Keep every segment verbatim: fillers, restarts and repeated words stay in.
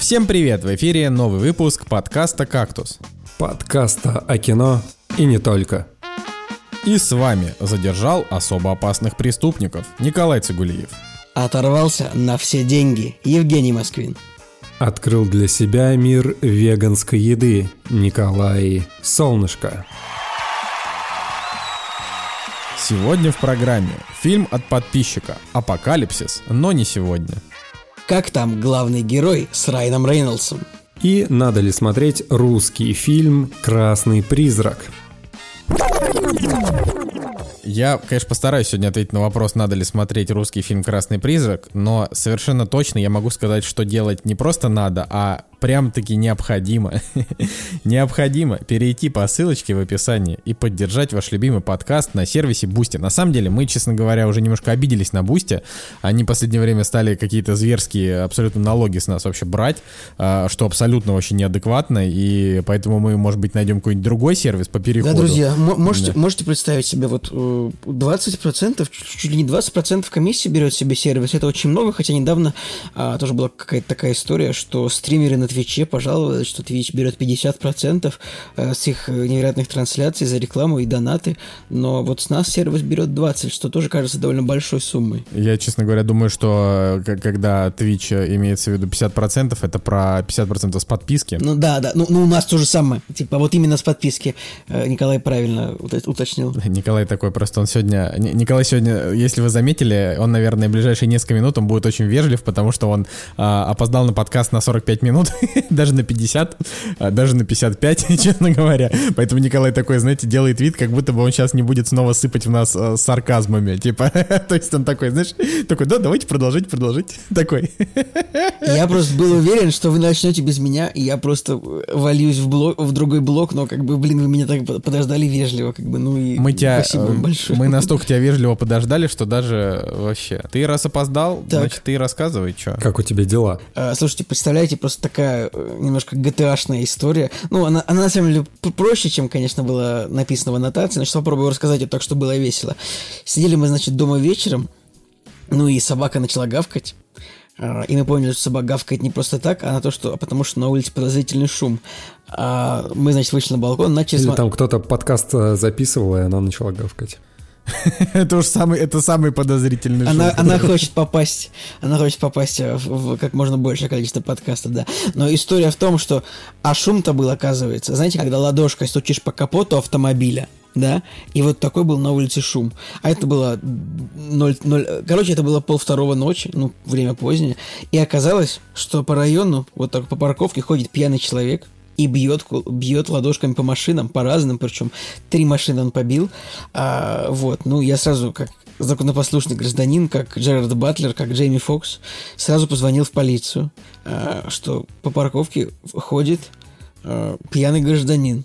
Всем привет! В эфире новый выпуск подкаста «Кактус». Подкаста о кино и не только. И с вами задержал особо опасных преступников Николай Цигулиев. Оторвался на все деньги Евгений Москвин. Открыл для себя мир веганской еды Николай Солнышко. Сегодня в программе фильм от подписчика «Апокалипсис», но не сегодня. Как там главный герой с Райаном Рейнольдсом? И надо ли смотреть русский фильм «Красный призрак»? Я, конечно, постараюсь сегодня ответить на вопрос, надо ли смотреть русский фильм «Красный призрак», но совершенно точно я могу сказать, что делать не просто надо, а прям-таки необходимо. Необходимо перейти по ссылочке в описании и поддержать ваш любимый подкаст на сервисе Boosty. На самом деле, мы, честно говоря, уже немножко обиделись на Boosty. Они в последнее время стали какие-то зверские абсолютно налоги с нас вообще брать, что абсолютно вообще неадекватно, и поэтому мы, может быть, найдем какой-нибудь другой сервис по переходу. Да, друзья, можете, да. можете представить себе, вот двадцать процентов, чуть ли не двадцать процентов комиссии берет себе сервис. Это очень много, хотя недавно а, тоже была какая-то такая история, что стримеры на Твиче пожаловались, что Твич берет пятьдесят процентов с их невероятных трансляций за рекламу и донаты, но вот с нас сервис берет двадцать процентов, что тоже кажется довольно большой суммой. Я, честно говоря, думаю, что когда Twitch имеется в виду пятьдесят процентов, это про пятьдесят процентов с подписки. Ну да, да, ну, ну у нас то же самое, типа вот именно с подписки. Николай правильно уточнил. Николай такой просто, он сегодня, Николай сегодня, если вы заметили, он, наверное, в ближайшие несколько минут он будет очень вежлив, потому что он а, опоздал на подкаст на сорок пять минут, даже на пятьдесят, даже на пятьдесят пять, честно говоря. Поэтому Николай такой, знаете, делает вид, как будто бы он сейчас не будет снова сыпать в нас э, сарказмами. Типа, то есть он такой, знаешь, такой, да, давайте продолжить, продолжить. Такой. Я просто был уверен, что вы начнете без меня, и я просто вольюсь в, блок, в другой блок, но как бы, блин, вы меня так подождали вежливо, как бы, ну и мы тебя, спасибо вам большое. Мы настолько тебя вежливо подождали, что даже вообще... Ты раз опоздал, так. Значит, ты рассказывай, что. Как у тебя дела? А, слушайте, представляете, просто такая немножко джи ти эй-шная история. Ну, она, она на самом деле проще, чем, конечно, было написано в аннотации. Значит, попробую рассказать это так, чтобы было весело. Сидели мы, значит, дома вечером, ну и собака начала гавкать. И мы поняли, что собака гавкает не просто так, а на то, что, а потому что на улице подозрительный шум. А мы, значит, вышли на балкон, начали... Или см... там кто-то подкаст записывал, и она начала гавкать. Это уж самый, это самый подозрительный шум. Она, она хочет попасть, она хочет попасть в, в как можно большее количество подкастов, да. Но история в том, что, а шум-то был, оказывается, знаете, когда ладошкой стучишь по капоту автомобиля, да, и вот такой был на улице шум. А это было ноль, ноль, короче, это было полвторого ночи, ну, время позднее, и оказалось, что по району, вот так по парковке ходит пьяный человек, и бьет, бьет ладошками по машинам, по разным, причем три машины он побил. А, вот, ну, я сразу, как законопослушный гражданин, как Джерард Батлер, как Джейми Фокс, сразу позвонил в полицию, а, что по парковке ходит а, пьяный гражданин.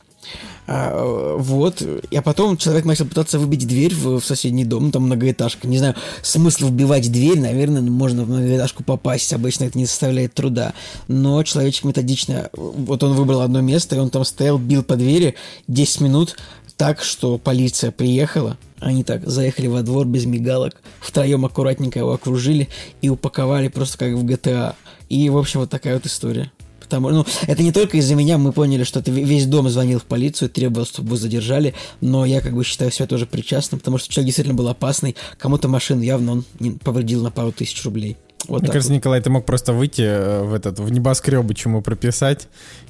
А, вот, а потом человек начал пытаться выбить дверь в, в соседний дом, там многоэтажка, не знаю, смысл вбивать дверь, наверное, можно в многоэтажку попасть, обычно это не составляет труда, но человечек методично, вот он выбрал одно место, и он там стоял, бил по двери десять минут, так, что полиция приехала, они так заехали во двор без мигалок, втроем аккуратненько его окружили и упаковали просто как в джи ти эй, и, в общем, вот такая вот история. Потому, ну, это не только из-за меня, мы поняли, что это весь дом звонил в полицию, требовал, чтобы его задержали, но я как бы считаю себя тоже причастным, потому что человек действительно был опасный, кому-то машину явно он повредил на пару тысяч рублей. Вот Мне кажется, вот. Николай, ты мог просто выйти в этот в небоскреб, чему прописать,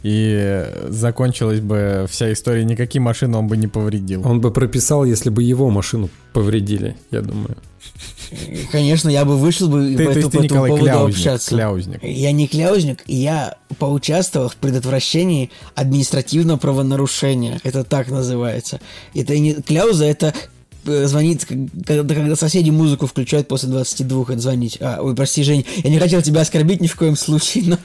и закончилась бы вся история, никакие машины он бы не повредил. Он бы прописал, если бы его машину повредили, я думаю. Конечно, я бы вышел бы ты, по, ты, эту, ты, по Николай, этому поводу кляузник, общаться. Кляузник. Я не кляузник, я поучаствовал в предотвращении административного правонарушения. Это так называется. Это не кляуза, это звонить, когда, когда соседи музыку включают после двадцати двух, это звонить. А, ой, прости, Жень, я не хотел тебя оскорбить ни в коем случае, но...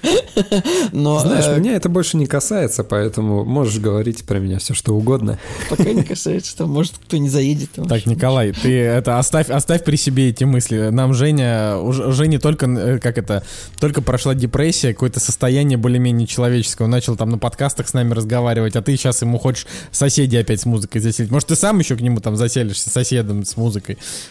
но Знаешь, э... меня это больше не касается, поэтому можешь говорить про меня все, что угодно. Пока не касается, там, может, кто не заедет. Там, так, Николай, ты это оставь, оставь при себе эти мысли. Нам Женя, уже не только, как это, только прошла депрессия, какое-то состояние более-менее человеческое. Он начал там на подкастах с нами разговаривать, а ты сейчас ему хочешь соседей опять с музыкой заселить. Может, ты сам еще к нему там заселишься, соседом с музыкой. Э,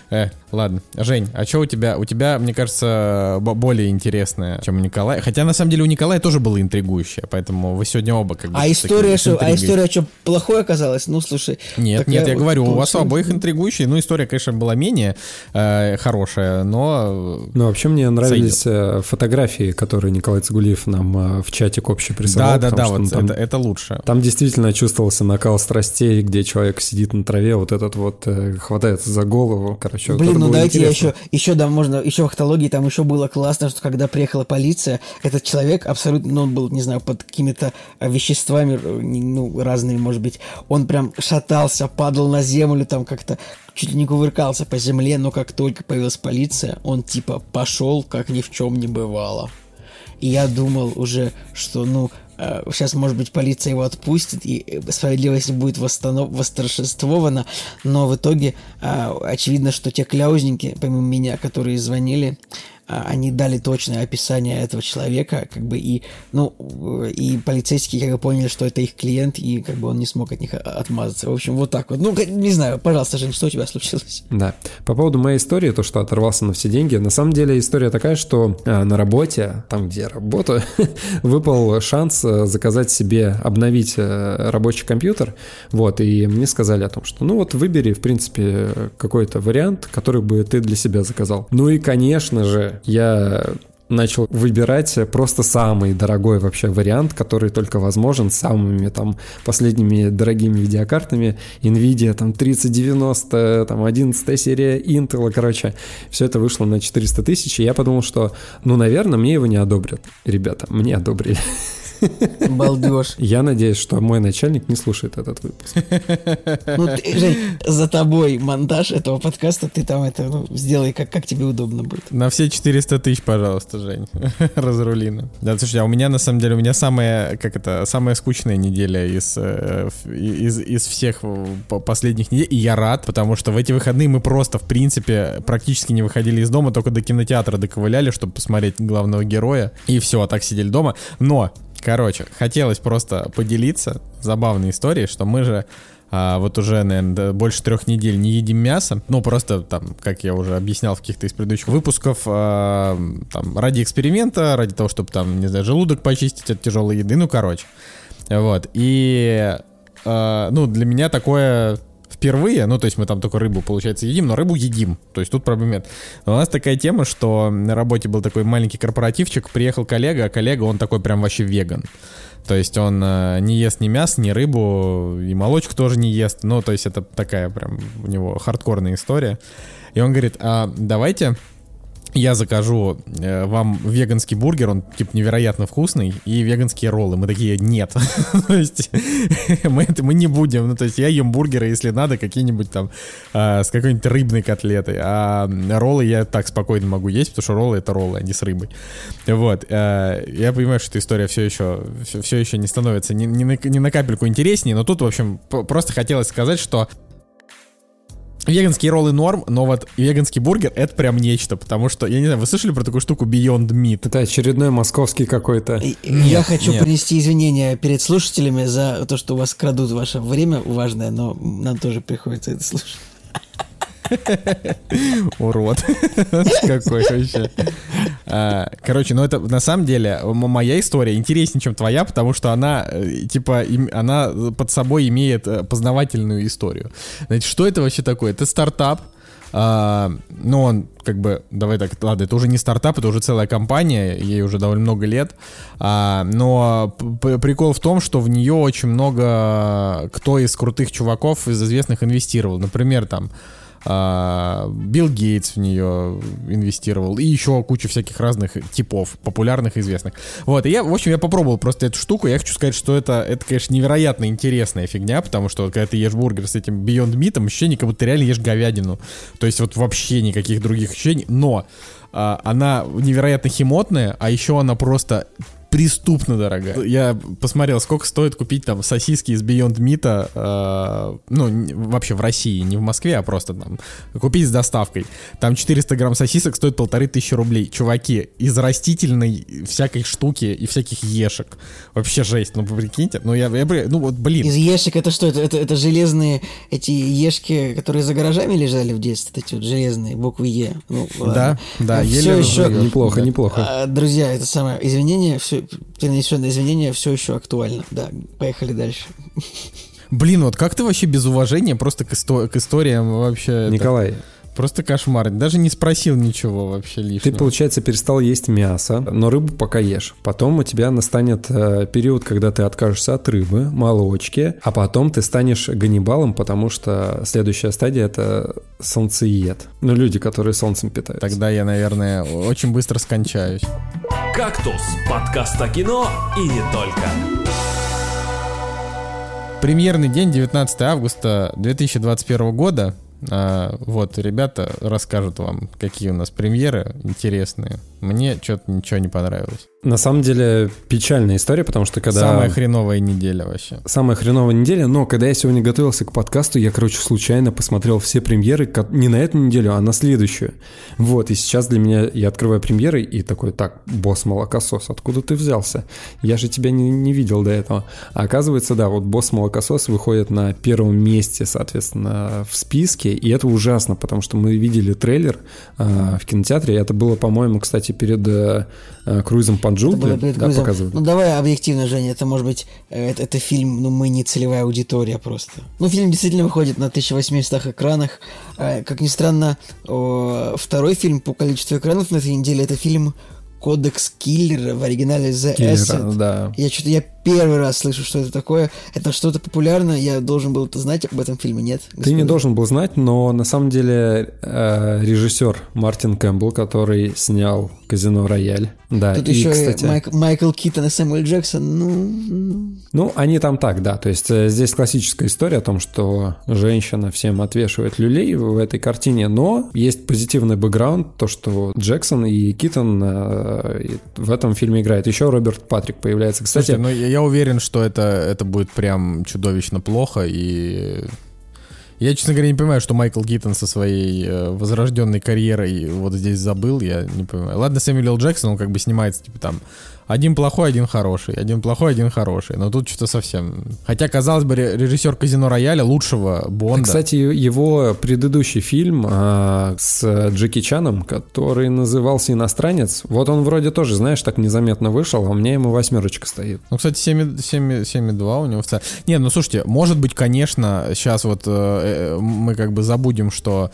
Ладно, Жень, а что у тебя? У тебя, мне кажется, более интересное, чем у Николая. Хотя, на самом деле, у Николая тоже было интригующее, поэтому вы сегодня оба как бы... А история, что, а история что, плохой оказалась? Ну, слушай... Нет, нет, я, я говорю, у вас у обоих интригующие. Ну, история, конечно, была менее э, хорошая, но... Ну, вообще, мне нравились сойдет. фотографии, которые Николай Цигулиев нам в чатик общий присылал. Да, да, да, вот там, это, это лучше. Там действительно чувствовался накал страстей, где человек сидит на траве, вот этот вот э, хватается за голову, короче. Блин, вот ну давайте интересно. я еще, еще, да, можно, еще в автологии там еще было классно, что когда приехала полиция, этот человек абсолютно, ну, он был, не знаю, под какими-то веществами, ну, разными, может быть, он прям шатался, падал на землю, там как-то чуть ли не кувыркался по земле, но как только появилась полиция, он типа пошел, как ни в чем не бывало. И я думал уже, что, ну, сейчас, может быть, полиция его отпустит, и справедливость будет восстанов... восторжествована, но в итоге очевидно, что те кляузники, помимо меня, которые звонили, они дали точное описание этого человека, как бы, и, ну, и полицейские, как бы, поняли, что это их клиент, и, как бы, он не смог от них отмазаться. В общем, вот так вот. Ну, не знаю, пожалуйста, Жень, что у тебя случилось? Да. По поводу моей истории, то, что оторвался на все деньги, на самом деле история такая, что а, на работе, там, где я работаю, выпал шанс заказать себе, обновить рабочий компьютер, вот, и мне сказали о том, что, ну, вот, выбери, в принципе, какой-то вариант, который бы ты для себя заказал. Ну, и, конечно же, я начал выбирать просто самый дорогой вообще вариант, который только возможен, с самыми там последними дорогими видеокартами, NVIDIA там тридцать девяносто, там одиннадцатая серия Intel, короче, все это вышло на четыреста тысяч, и я подумал, что, ну, наверное, мне его не одобрят. Ребята, мне одобрили. Балдеж. Я надеюсь, что мой начальник не слушает этот выпуск. Ну, ты, Жень, за тобой монтаж этого подкаста, ты там это, ну, сделай, как, как тебе удобно будет. На все четыреста тысяч, пожалуйста, Жень. Разрули. Да, слушай, а у меня, на самом деле, у меня самая, как это, самая скучная неделя из, из, из всех последних недель, и я рад, потому что в эти выходные мы просто, в принципе, практически не выходили из дома, только до кинотеатра доковыляли, чтобы посмотреть главного героя, и все, а так сидели дома. Но короче, хотелось просто поделиться забавной историей, что мы же а, вот уже, наверное, больше трех недель не едим мясо. Ну, просто там, как я уже объяснял в каких-то из предыдущих выпусков, а, там, ради эксперимента, ради того, чтобы там, не знаю, желудок почистить от тяжелой еды, ну, короче. Вот, и, а, ну, для меня такое... Впервые, ну, то есть мы там только рыбу, получается, едим, но рыбу едим, то есть тут проблем нет. Но у нас такая тема, что на работе был такой маленький корпоративчик, приехал коллега, а коллега, он такой прям вообще веган. То есть он э, не ест ни мясо, ни рыбу, и молочку тоже не ест, ну, то есть это такая прям у него хардкорная история. И он говорит, а давайте... Я закажу э, вам веганский бургер, он типа невероятно вкусный, и веганские роллы. Мы такие, нет. То есть мы, это, мы не будем. Ну, то есть я ем бургеры, если надо, какие-нибудь там э, с какой-нибудь рыбной котлетой. А роллы я так спокойно могу есть, потому что роллы — это роллы, а не с рыбой. Вот. Э, я понимаю, что эта история все еще, все, все еще не становится ни, ни, на, ни на капельку интереснее, но тут, в общем, просто хотелось сказать, что веганские роллы норм, но вот веганский бургер — это прям нечто, потому что, я не знаю, вы слышали про такую штуку Beyond Meat? Это очередной московский какой-то. Нет, я хочу нет. принести извинения перед слушателями за то, что у вас крадут ваше время важное, но нам тоже приходится это слушать. Урод. Какой вообще. Короче, ну это на самом деле моя история интереснее, чем твоя, потому что она, типа, она под собой имеет познавательную историю. Значит, что это вообще такое? Это стартап. Uh, ну, он как бы, давай так, ладно, это уже не стартап, это уже целая компания, ей уже довольно много лет, uh, но п- прикол в том, что в нее очень много кто из крутых чуваков, из известных инвестировал. Например, там Uh, Билл Гейтс в нее инвестировал, и еще куча всяких разных типов, популярных и известных. Вот, и я, в общем, я попробовал просто эту штуку. Я хочу сказать, что это, это, конечно, невероятно интересная фигня, потому что вот, когда ты ешь бургер с этим Beyond Meat, ощущение, как будто ты реально ешь говядину. То есть вот вообще никаких других ощущений, но uh, она невероятно химотная, а еще она просто преступно дорогая. Я посмотрел, сколько стоит купить там сосиски из Beyond Meat, э, ну, вообще в России, не в Москве, а просто там купить с доставкой. Там четыреста грамм сосисок стоит полторы тысячи рублей. Чуваки, из растительной всякой штуки и всяких ешек. Вообще жесть, ну, вы прикиньте. Ну, я, я, ну, вот, блин. Из ешек это что? Это, это, это железные эти ешки, которые за гаражами лежали в детстве, эти вот железные буквы Е. Ну, да, да, еле еще... Неплохо, да. неплохо. А, друзья, это самое извинение, все, перенесенное извинение все еще актуально. Да, поехали дальше. Блин, вот как ты вообще без уважения просто к, исто- к историям вообще... Николай... Это... Просто кошмар. Даже не спросил ничего вообще лишнего. Ты, получается, перестал есть мясо, но рыбу пока ешь. Потом у тебя настанет э, период, когда ты откажешься от рыбы, молочки, а потом ты станешь ганнибалом, потому что следующая стадия — это солнцеед. Ну, люди, которые солнцем питаются. Тогда я, наверное, очень быстро скончаюсь. «Кактус» — подкаст о кино и не только. Премьерный день, девятнадцатое августа две тысячи двадцать первого года. А, вот, ребята расскажут вам, какие у нас премьеры интересные. Мне что-то ничего не понравилось. На самом деле печальная история, потому что когда... Самая хреновая неделя вообще. Самая хреновая неделя, но когда я сегодня готовился к подкасту, я, короче, случайно посмотрел все премьеры не на эту неделю, а на следующую. Вот, и сейчас для меня я открываю премьеры и такой: так, босс-молокосос, откуда ты взялся? Я же тебя не, не видел до этого. А оказывается, да, вот босс-молокосос выходит на первом месте, соответственно, в списке, и это ужасно, потому что мы видели трейлер э, в кинотеатре, это было, по-моему, кстати, перед э, круизом по Джунгли, да, показывали. Ну, давай объективно, Женя, это, может быть, это, это фильм, ну, мы не целевая аудитория просто. Ну, фильм действительно выходит на тысяча восемьсот экранах. Как ни странно, второй фильм по количеству экранов на этой неделе — это фильм «Кодекс Киллера», в оригинале «The Ascent». Да. Я что-то, я первый раз слышу, что это такое. Это что-то популярное, я должен был это знать об этом фильме, нет? Ты господин? не должен был знать, но на самом деле э, режиссер Мартин Кэмпбелл, который снял «Казино Рояль». Да, Тут и, еще кстати, Майк, Майкл Китон и Сэмюэл Джексон, ну... Ну, они там так, да. То есть э, здесь классическая история о том, что женщина всем отвешивает люлей в этой картине, но есть позитивный бэкграунд, то, что Джексон и Китон э, в этом фильме играют. Еще Роберт Патрик появляется. Кстати, Слушайте, ну я уверен, что это, это будет прям чудовищно плохо, и... Я, честно говоря, не понимаю, что Майкл Китон со своей э, возрожденной карьерой вот здесь забыл, я не понимаю. Ладно, Сэмюэл Л. Джексон, он как бы снимается, типа там, один плохой, один хороший, один плохой, один хороший, но тут что-то совсем... Хотя, казалось бы, режиссер «Казино Рояля», лучшего Бонда... Кстати, его предыдущий фильм а, с Джеки Чаном, который назывался «Иностранец», вот он вроде тоже, знаешь, так незаметно вышел, а у меня ему восьмерочка стоит. Ну, кстати, семь и два у него в целом. Не, ну, слушайте, может быть, конечно, сейчас вот э, мы как бы забудем, что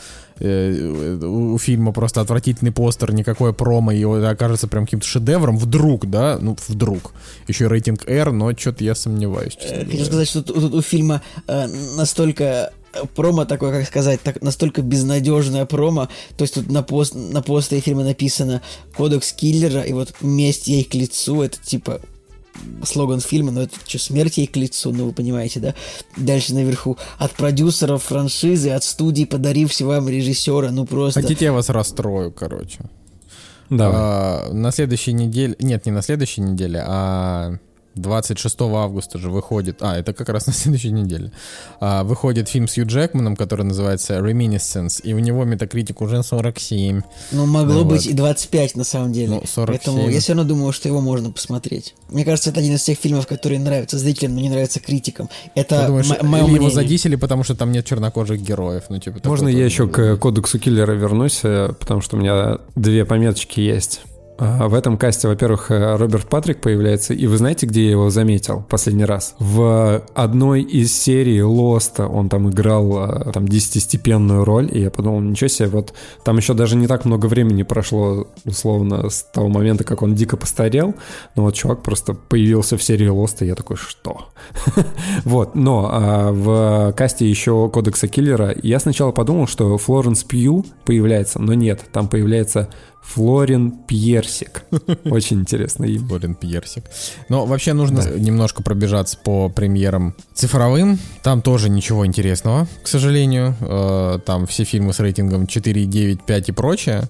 э, у фильма просто отвратительный постер, никакое промо, и это окажется прям каким-то шедевром, вдруг, да, ну, вдруг. Еще рейтинг R, но что-то я сомневаюсь. Хочу сказать, что тут у фильма э, настолько... промо такое, как сказать, так, настолько безнадежное промо. То есть тут на, пост, на постере фильма написано «Кодекс Киллера», и вот «Месть ей к лицу», это типа слоган фильма, но это что, смерть ей к лицу, ну вы понимаете, да? Дальше наверху: от продюсеров франшизы, от студии, подарившей вам режиссера, ну просто... Хотите, я вас расстрою, короче. Да. А, на следующей неделе... Нет, не на следующей неделе, а... двадцать шестого августа же выходит... А, это как раз на следующей неделе. А, выходит фильм с Хью Джекманом, который называется «Reminiscence», и у него метакритик уже сорок семь. Ну, могло ну, быть вот. и двадцать пять, на самом деле. Ну, сорок семь. Поэтому я все равно думаю, что его можно посмотреть. Мне кажется, это один из тех фильмов, которые нравятся зрителям, но не нравятся критикам. Это думаешь, м- мое или мнение. его задисили, потому что там нет чернокожих героев? Ну, типа, Можно я еще к «Кодексу Киллера» вернусь, потому что у меня две пометочки есть. В этом касте, во-первых, Роберт Патрик появляется, и вы знаете, где я его заметил последний раз? В одной из серий Лоста он там играл там десятистепенную роль, и я подумал, ничего себе, вот там еще даже не так много времени прошло, условно, с того момента, как он дико постарел, но вот чувак просто появился в серии Лоста, и я такой, что? Вот, но в касте еще Кодекса Киллера я сначала подумал, что Флоренс Пью появляется, но нет, там появляется Флорин Пьерси. Персик. Очень интересное имя. Борин Персик. Но вообще нужно да. немножко пробежаться по премьерам цифровым. Там тоже ничего интересного, к сожалению. Там все фильмы с рейтингом четыре, девять, пять и прочее.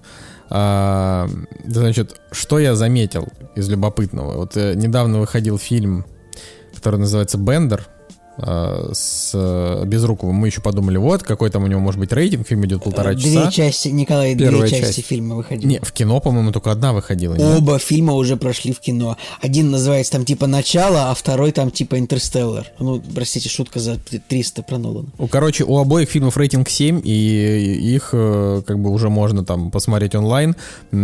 Значит, что я заметил из любопытного? Вот недавно выходил фильм, который называется «Бендер», с Безруковым. Мы еще подумали, вот, какой там у него может быть рейтинг, фильм идет полтора две часа. Две части, Николай, Первая две части часть. фильма выходили. Не, в кино, по-моему, только одна выходила. Оба нет? фильма уже прошли в кино. Один называется там типа «Начало», а второй там типа «Интерстеллар». Ну, простите, шутка за триста про Нолана. Короче, у обоих фильмов рейтинг семь, и их как бы уже можно там посмотреть онлайн,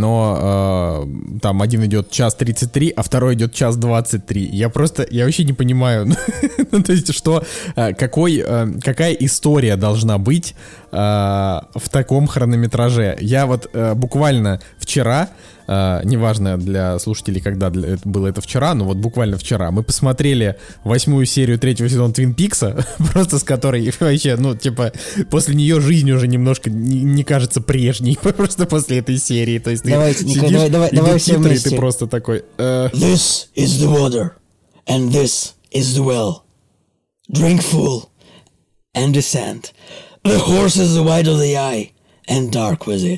но э, там один идет час тридцать три, а второй идет час двадцать три. Я просто, я вообще не понимаю, ну, то есть, что, какой, какая история должна быть э, в таком хронометраже. Я вот э, буквально вчера, э, неважно для слушателей, когда для, это было это вчера, но вот буквально вчера мы посмотрели восьмую серию третьего сезона Твин Пикса, просто с которой вообще, ну, типа, после нее жизнь уже немножко не, не кажется прежней, просто после этой серии. То есть Давайте, ты Николай, сидишь, давай, давай, идут давай все титры, и вместе. ты просто такой... Э... This is the water, and this is the well. Drink full, and descend. The horse is the white of the eye, and dark within.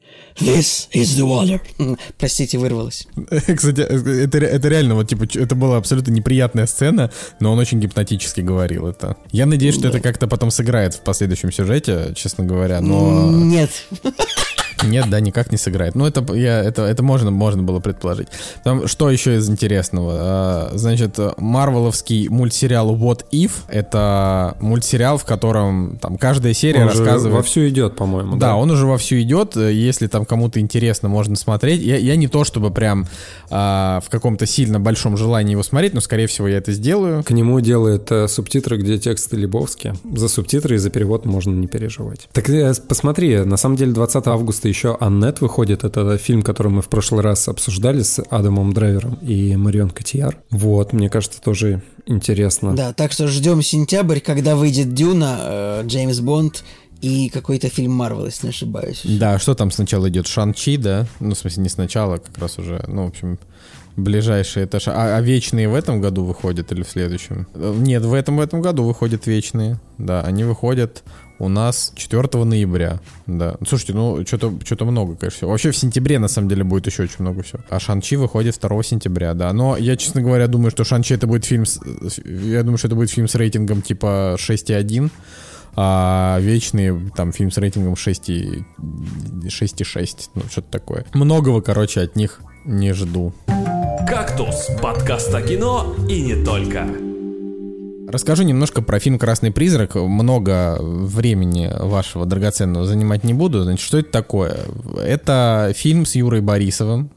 This is the water. Простите, вырвалось. Кстати, это, это реально, вот, типа, это была абсолютно неприятная сцена, но он очень гипнотически говорил это. Я надеюсь, что да. это как-то потом сыграет в последующем сюжете, честно говоря, но... Нет. Нет, да, никак не сыграет. Ну, это, я, это, это можно, можно было предположить. Там, что еще из интересного? Значит, марвеловский мультсериал What If — это мультсериал, в котором там каждая серия он рассказывает... Он вовсю идет, по-моему. Да, да, он уже вовсю идет. Если там кому-то интересно, можно смотреть. Я, я не то чтобы прям а, в каком-то сильно большом желании его смотреть, но, скорее всего, я это сделаю. К нему делают а, субтитры, где тексты Лебовски. За субтитры и за перевод можно не переживать. Так посмотри, на самом деле двадцатого августа еще «Аннет» выходит. Это фильм, который мы в прошлый раз обсуждали с Адамом Драйвером и Марион Котийяр. Вот, мне кажется, тоже интересно. Да, так что ждем сентябрь, когда выйдет «Дюна», э, Джеймс Бонд и какой-то фильм Марвел, если не ошибаюсь. Да, что там сначала идет? Шан-Чи, да? Ну, в смысле, не сначала, как раз уже, ну, в общем... Ближайшие этаж. А, а вечные в этом году выходят или в следующем? Нет, в этом, в этом году выходят вечные. Да, они выходят у нас четвёртого ноября. Да. Слушайте, ну, что-то, что-то много, конечно. Вообще в сентябре, на самом деле, будет еще очень много всего. А Шан-Чи выходит второго сентября, да. Но я, честно говоря, думаю, что Шан-Чи это будет фильм с... Я думаю, что это будет фильм с рейтингом типа шесть и один. А вечные, там, фильм с рейтингом шесть и шесть. Ну, что-то такое. Многого, короче, от них не жду. «Кактус» — подкаст о кино и не только. Расскажу немножко про фильм «Красный призрак». Много времени вашего драгоценного занимать не буду. Значит, что это такое? Это фильм с Юрой Борисовым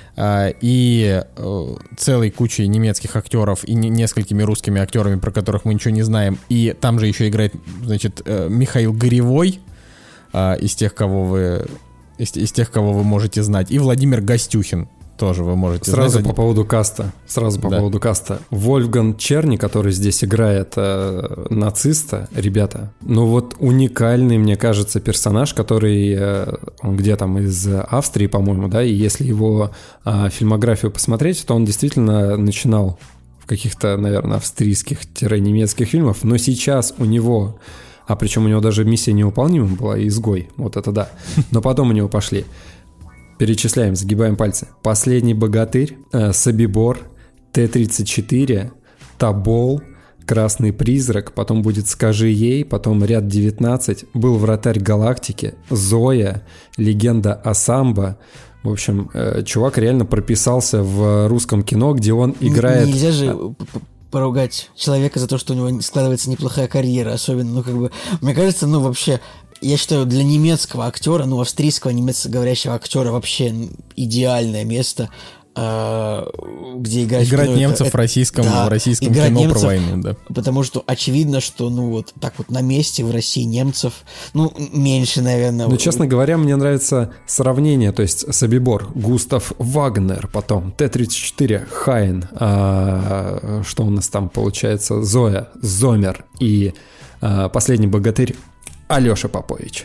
и целой кучей немецких актеров и несколькими русскими актерами, про которых мы ничего не знаем. И там же еще играет, значит, Михаил Горевой из тех, кого вы, из, из тех, кого вы можете знать, и Владимир Гостюхин. Тоже вы можете Сразу знать. по поводу каста. Сразу по да. поводу каста. Вольфганг Черни, который здесь играет э, нациста, ребята, ну вот уникальный, мне кажется, персонаж, который, э, он где там из Австрии, по-моему, да, и если его э, фильмографию посмотреть, то он действительно начинал в каких-то, наверное, австрийских-немецких фильмах, но сейчас у него, а причем у него даже «Миссия невыполнима» была, «Изгой», вот это да, но потом у него пошли... Перечисляем, загибаем пальцы. «Последний богатырь», э, «Собибор», Т тридцать четыре, «Тобол», «Красный призрак», потом будет «Скажи ей», потом «Ряд девятнадцать», был «Вратарь галактики», «Зоя», «Легенда о Самбо». В общем, э, чувак реально прописался в русском кино, где он играет... Нельзя же поругать человека за то, что у него складывается неплохая карьера, особенно, ну, как бы, мне кажется, ну, вообще... Я считаю, для немецкого актера, ну, австрийского немецкоговорящего актера вообще идеальное место, э, где играть... Играть кино, немцев это, в российском, да, в российском кино немцев, про войну, да. Потому что очевидно, что, ну, вот так вот на месте в России немцев, ну, меньше, наверное. Ну, честно говоря, мне нравится сравнение, то есть Собибор, Густав Вагнер, потом Т тридцать четыре, Хайн, а, что у нас там получается, Зоя, Зомер и а, «Последний богатырь», Алёша Попович.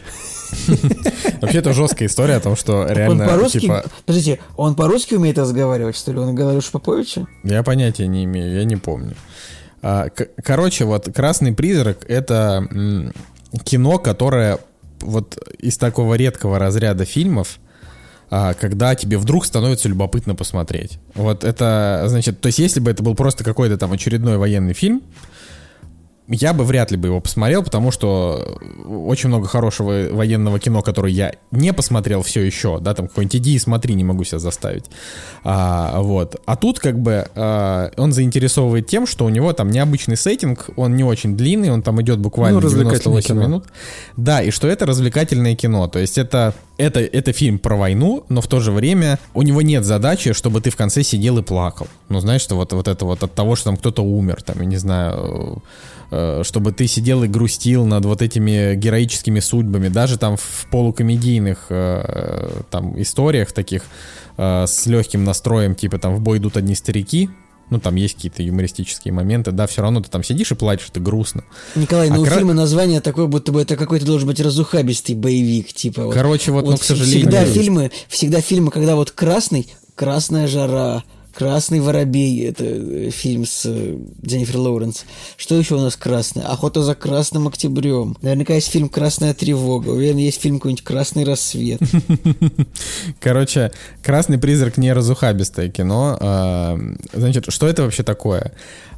Вообще, это жесткая история о том, что реально, Он по-русски, типа... подождите, он по-русски умеет разговаривать, что ли? Он говорил Шпаповича? Я понятия не имею, я не помню. А, к- короче, вот «Красный призрак» — это м, кино, которое вот из такого редкого разряда фильмов, а, когда тебе вдруг становится любопытно посмотреть. Вот это, значит, то есть если бы это был просто какой-то там очередной военный фильм, я бы вряд ли бы его посмотрел, потому что очень много хорошего военного кино, которое я не посмотрел все еще, да, там какой-нибудь «Иди и смотри», не могу себя заставить. А, вот. А тут как бы а, он заинтересовывает тем, что у него там необычный сеттинг, он не очень длинный, он там идет буквально ну, девяносто восемь кино. минут. Да, и что это развлекательное кино, то есть это, это, это фильм про войну, но в то же время у него нет задачи, чтобы ты в конце сидел и плакал. Ну, знаешь, что вот, вот это вот от того, что там кто-то умер, там, я не знаю... чтобы ты сидел и грустил над вот этими героическими судьбами, даже там в полукомедийных э, там историях таких э, с легким настроем, типа там «В бой идут одни старики», ну там есть какие-то юмористические моменты, да, все равно ты там сидишь и плачешь, это грустно. Николай, а ну кра... у фильма название такое, будто бы это какой-то должен быть разухабистый боевик, типа. Вот. Короче, вот, вот ну, к сожалению... Всегда фильмы, всегда фильмы, когда вот красный, «Красная жара», «Красный воробей» — это фильм с Дженнифер Лоуренс. Что еще у нас красное? «Охота за красным октябрем». Наверняка есть фильм «Красная тревога». Уверен, есть фильм какой-нибудь «Красный рассвет». Короче, «Красный призрак» не разухабистое кино. Значит, что это вообще такое?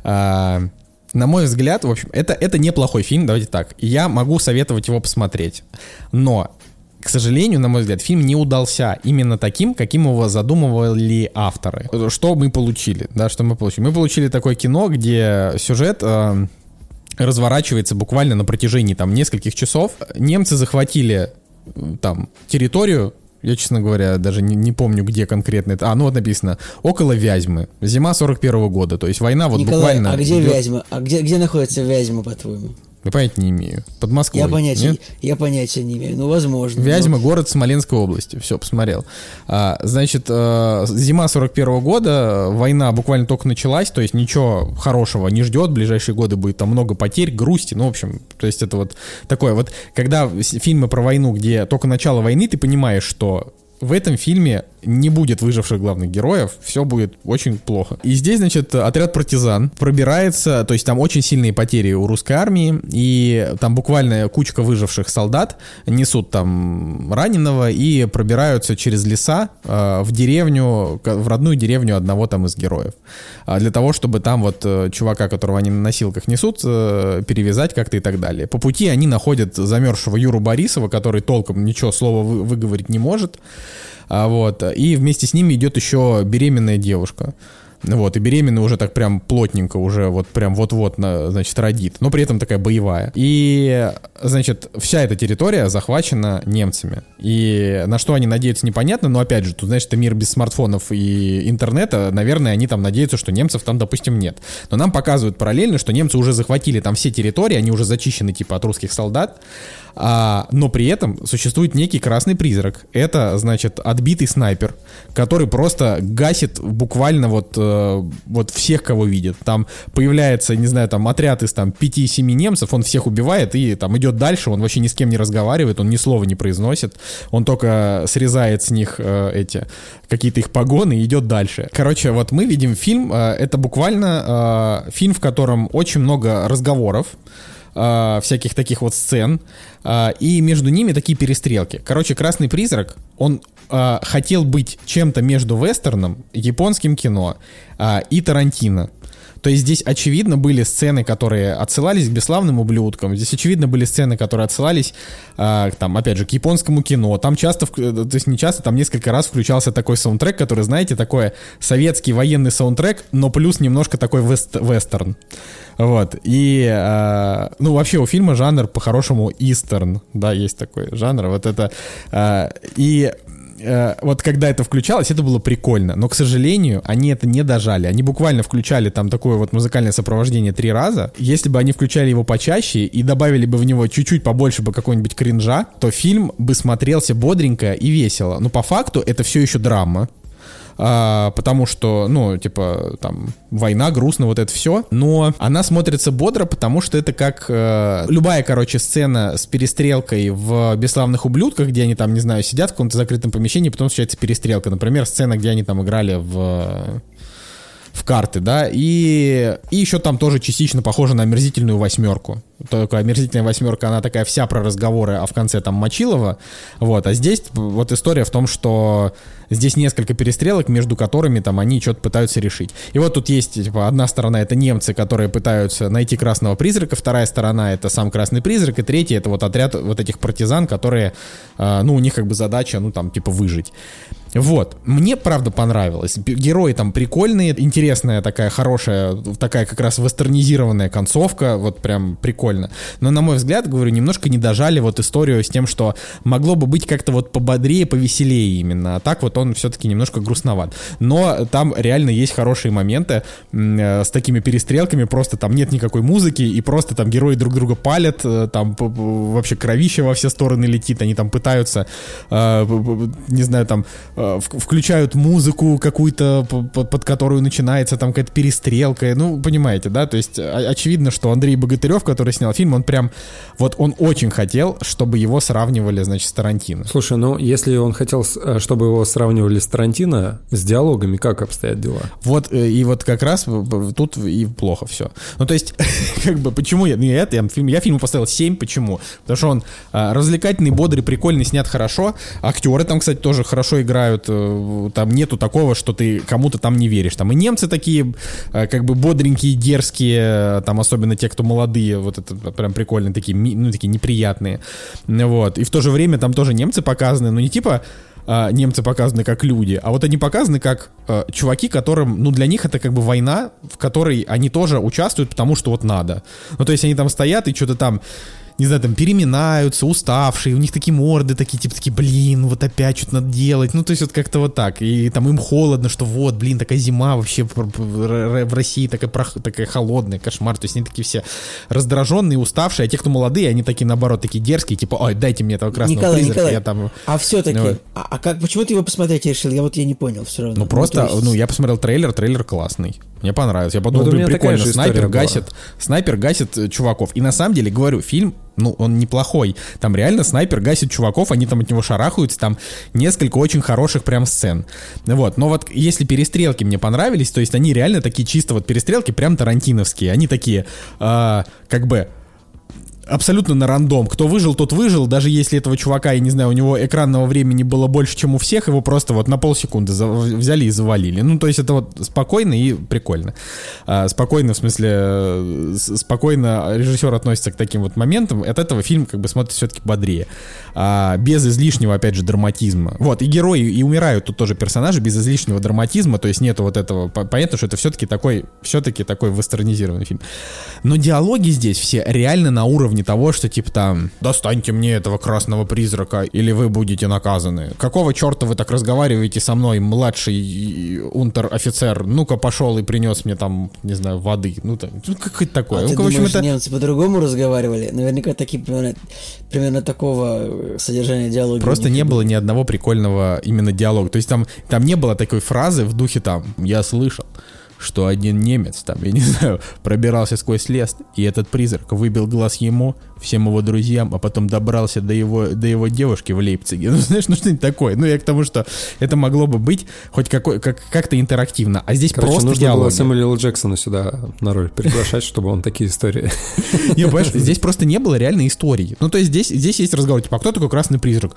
На мой взгляд, в общем, это, это неплохой фильм, давайте так. Я могу советовать его посмотреть. Но... К сожалению, на мой взгляд, фильм не удался именно таким, каким его задумывали авторы. Что мы получили? Да, что мы получили? Мы получили такое кино, где сюжет э, разворачивается буквально на протяжении там нескольких часов. Немцы захватили там территорию. Я, честно говоря, даже не, не помню, где конкретно это. А, ну вот написано, около Вязьмы. Зима сорок первого года. То есть война вот Николай, буквально... а где идет... Вязьма? А где, где находится Вязьма, по-твоему? Я понятия не имею. Под Москвой. Я понятия, я понятия не имею. Ну, возможно. Вязьма, но... город Смоленской области. Все, посмотрел. А, значит, э, зима сорок первого года, война буквально только началась, то есть ничего хорошего не ждет. В ближайшие годы будет там много потерь, грусти. Ну, в общем, то есть это вот такое. Вот когда фильмы про войну, где только начало войны, ты понимаешь, что в этом фильме не будет выживших главных героев, все будет очень плохо. И здесь, значит, отряд партизан пробирается, то есть там очень сильные потери у русской армии, и там буквально кучка выживших солдат несут там раненого и пробираются через леса э, в деревню, в родную деревню одного там из героев. А для того, чтобы там вот э, чувака, которого они на носилках несут, э, перевязать как-то и так далее. По пути они находят замерзшего Юру Борисова, который толком ничего слова вы, выговорить не может. А, вот. И вместе с ними идет еще беременная девушка. Вот, и беременная уже так прям плотненько, уже вот прям вот-вот, значит, родит, но при этом такая боевая. И, значит, вся эта территория захвачена немцами. И на что они надеются, непонятно, но опять же, тут, знаешь, это мир без смартфонов и интернета, наверное, они там надеются, что немцев там, допустим, нет. Но нам показывают параллельно, что немцы уже захватили там все территории, они уже зачищены типа от русских солдат, а, но при этом существует некий красный призрак. Это, значит, отбитый снайпер, который просто гасит буквально вот вот всех, кого видит. Там появляется, не знаю, там отряд из там пяти-семи немцев, он всех убивает и там идет дальше, он вообще ни с кем не разговаривает, он ни слова не произносит, он только срезает с них э, эти, какие-то их погоны и идет дальше. Короче, вот мы видим фильм, э, это буквально э, фильм, в котором очень много разговоров, Uh, всяких таких вот сцен, uh, и между ними такие перестрелки. Короче, «Красный призрак», он uh, хотел быть чем-то между вестерном, японским кино uh, и Тарантино. То есть здесь, очевидно, были сцены, которые отсылались к бесславным ублюдкам. Здесь, очевидно, были сцены, которые отсылались, э, там, опять же, к японскому кино. Там часто, то есть не часто, там несколько раз включался такой саундтрек, который, знаете, такой советский военный саундтрек, но плюс немножко такой вест, вестерн. Вот. И, э, ну, вообще у фильма жанр, по-хорошему, истерн. Да, есть такой жанр. Вот это... Э, и... вот когда это включалось, это было прикольно, но, к сожалению, они это не дожали. Они буквально включали там такое вот музыкальное сопровождение три раза. Если бы они включали его почаще и добавили бы в него чуть-чуть побольше бы какого-нибудь кринжа, то фильм бы смотрелся бодренько и весело. Но по факту это все еще драма. а, потому что, ну, типа, там, война, грустно, вот это все, но она смотрится бодро, потому что это как а, любая, короче, сцена с перестрелкой в «Бесславных ублюдках», где они там, не знаю, сидят в каком-то закрытом помещении, потом случается перестрелка. Например, сцена, где они там играли в... в карты, да, и, и еще там тоже частично похоже на «Омерзительную восьмерку». Только «Омерзительная восьмерка», она такая вся про разговоры, а в конце там Мочилова, вот, а здесь вот история в том, что здесь несколько перестрелок, между которыми там они что-то пытаются решить. И вот тут есть, типа, одна сторона — это немцы, которые пытаются найти красного призрака, вторая сторона — это сам красный призрак, и третья — это вот отряд вот этих партизан, которые, э, ну, у них как бы задача, ну, там, типа, выжить. Вот, мне правда понравилось. Герои там прикольные, интересная такая хорошая, такая как раз вестернизированная концовка, вот прям прикольно. Но, на мой взгляд, говорю, немножко не дожали вот историю с тем, что могло бы быть как-то вот пободрее, повеселее именно. А так вот он все-таки немножко грустноват. Но там реально есть хорошие моменты э, с такими перестрелками, просто там нет никакой музыки, и просто там герои друг друга палят, э, там вообще кровище во все стороны летит, они там пытаются, э, не знаю, там включают музыку какую-то, под, под которую начинается там какая-то перестрелка, ну, понимаете, да, то есть очевидно, что Андрей Богатырев, который снял фильм, он прям, вот он очень хотел, чтобы его сравнивали, значит, с Тарантино. Слушай, ну, если он хотел, чтобы его сравнивали с Тарантино, с диалогами как обстоят дела? Вот, и вот как раз тут и плохо все. Ну, то есть, как бы, почему я, я, я, фильм, я фильму поставил семь, почему? Потому что он а, развлекательный, бодрый, прикольный, снят хорошо, актеры там, кстати, тоже хорошо играют, там нету такого, что ты кому-то там не веришь. Там и немцы такие, как бы бодренькие, дерзкие, там особенно те, кто молодые, вот это прям прикольные, такие, ну, такие неприятные. Вот. И в то же время там тоже немцы показаны, но не типа немцы показаны как люди, а вот они показаны как э, чуваки, которым, ну, для них это как бы война, в которой они тоже участвуют, потому что вот надо. Ну, то есть они там стоят и что-то там, не знаю, там переминаются, уставшие, у них такие морды, такие, типа, такие, блин, вот опять что-то надо делать, ну, то есть вот как-то вот так, и там им холодно, что вот, блин, такая зима вообще в России такая, такая холодная, кошмар, то есть они такие все раздраженные, уставшие, а те, кто молодые, они такие, наоборот, такие дерзкие, типа, ой, дайте мне этого красного Николай, призрака, Николай, я там... А все-таки, вот. а, а как, почему ты его посмотреть решил? Я вот я не понял все равно. Ну, просто, ну, есть... ну, я посмотрел трейлер, трейлер классный. Мне понравилось. Я подумал, вот блин, прикольно, снайпер была. гасит, снайпер гасит чуваков. И на самом деле, говорю, фильм, ну, он неплохой. Там реально снайпер гасит чуваков, они там от него шарахаются, там несколько очень хороших прям сцен. Вот, но вот если перестрелки мне понравились, то есть они реально такие чисто вот перестрелки прям тарантиновские. Они такие, э, как бы... абсолютно на рандом. Кто выжил, тот выжил. Даже если этого чувака, я не знаю, у него экранного времени было больше, чем у всех, его просто вот на полсекунды за- взяли и завалили. Ну, то есть это вот спокойно и прикольно. А, спокойно, в смысле, спокойно режиссер относится к таким вот моментам. От этого фильм как бы смотрится все-таки бодрее. А, без излишнего, опять же, драматизма. Вот, и герои, и умирают тут тоже персонажи без излишнего драматизма, то есть нету вот этого. Понятно, что это все-таки такой, все-таки такой вестернизированный фильм. Но диалоги здесь все реально на уровне того, что типа там «достаньте мне этого красного призрака, или вы будете наказаны». Какого черта вы так разговариваете со мной, младший унтер-офицер? Ну-ка пошел и принес мне там, не знаю, воды. Ну, там, ну какое-то такое. А ну, ты в общем, думаешь, это... немцы по-другому разговаривали? Наверняка такие примерно, примерно такого содержания диалога. Просто не было ни одного прикольного именно диалога. То есть там, там не было такой фразы в духе там «я слышал, что один немец, там, я не знаю, пробирался сквозь лес, и этот призрак выбил глаз ему, всем его друзьям, а потом добрался до его, до его девушки в Лейпциге». Ну, знаешь, ну что-нибудь такое. Ну, я к тому, что это могло бы быть хоть какой, как, как-то интерактивно. А здесь Короче, просто нужно диалоги. было Сэмюэля Л. Джексона сюда на роль приглашать, чтобы он такие истории... Не, понимаешь, здесь просто не было реальной истории. Ну, то есть здесь, здесь есть разговор, типа, а кто такой красный призрак?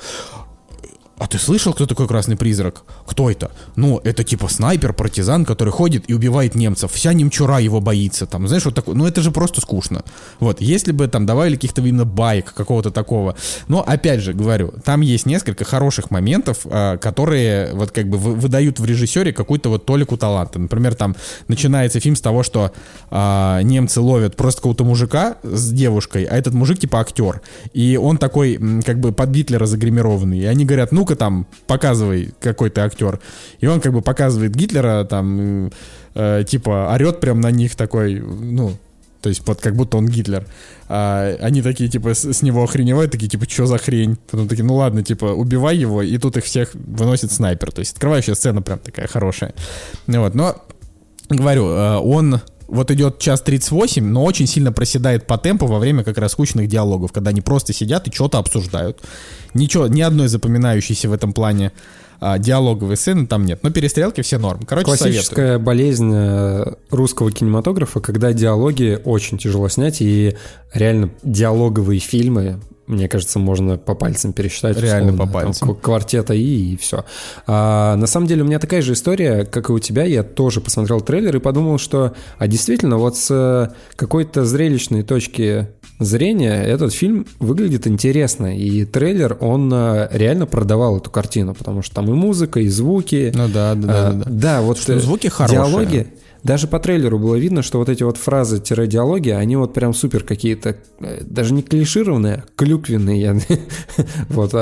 А ты слышал, кто такой красный призрак? Кто это? Ну, это типа снайпер, партизан, который ходит и убивает немцев. Вся немчура его боится. Там, знаешь, вот такое. Ну, это же просто скучно. Вот, если бы там добавили каких-то именно баек, какого-то такого. Но, опять же, говорю, там есть несколько хороших моментов, которые вот как бы выдают в режиссере какую-то вот толику таланта. Например, там начинается фильм с того, что а, немцы ловят просто какого-то мужика с девушкой, а этот мужик типа актер. И он такой, как бы под Гитлера загримированный. И они говорят, ну-ка там, показывай, какой ты актер. И он как бы показывает Гитлера, там, э, типа, орет прям на них такой, ну, То есть вот как будто он Гитлер. А, они такие, типа, с, с него охреневают, такие, типа, что за хрень? Потом такие, ну ладно, типа, убивай его, и тут их всех выносит снайпер. То есть открывающая сцена прям такая хорошая. Вот, но, говорю, он... Вот идет час тридцать восемь, но очень сильно проседает по темпу во время как раз скучных диалогов, когда они просто сидят и что-то обсуждают. Ничего, ни одной запоминающейся в этом плане а, диалоговой сцены там нет. Но перестрелки все норм. Короче, классическая советую. болезнь русского кинематографа, когда диалоги очень тяжело снять, и реально диалоговые фильмы, мне кажется, можно по пальцам пересчитать. Реально условно, по пальцам. Там, квартета И и все. А, на самом деле у меня такая же история, как и у тебя. Я тоже посмотрел трейлер и подумал, что а действительно вот с какой-то зрелищной точки зрения этот фильм выглядит интересно. И трейлер, он реально продавал эту картину, потому что там и музыка, и звуки. Ну да, да, а, да, да. Да, вот что, звуки хорошие. Диалоги. Даже по трейлеру было видно, что вот эти вот фразы-диалоги, они вот прям супер какие-то, даже не клишированные, а клюквенные. Вот,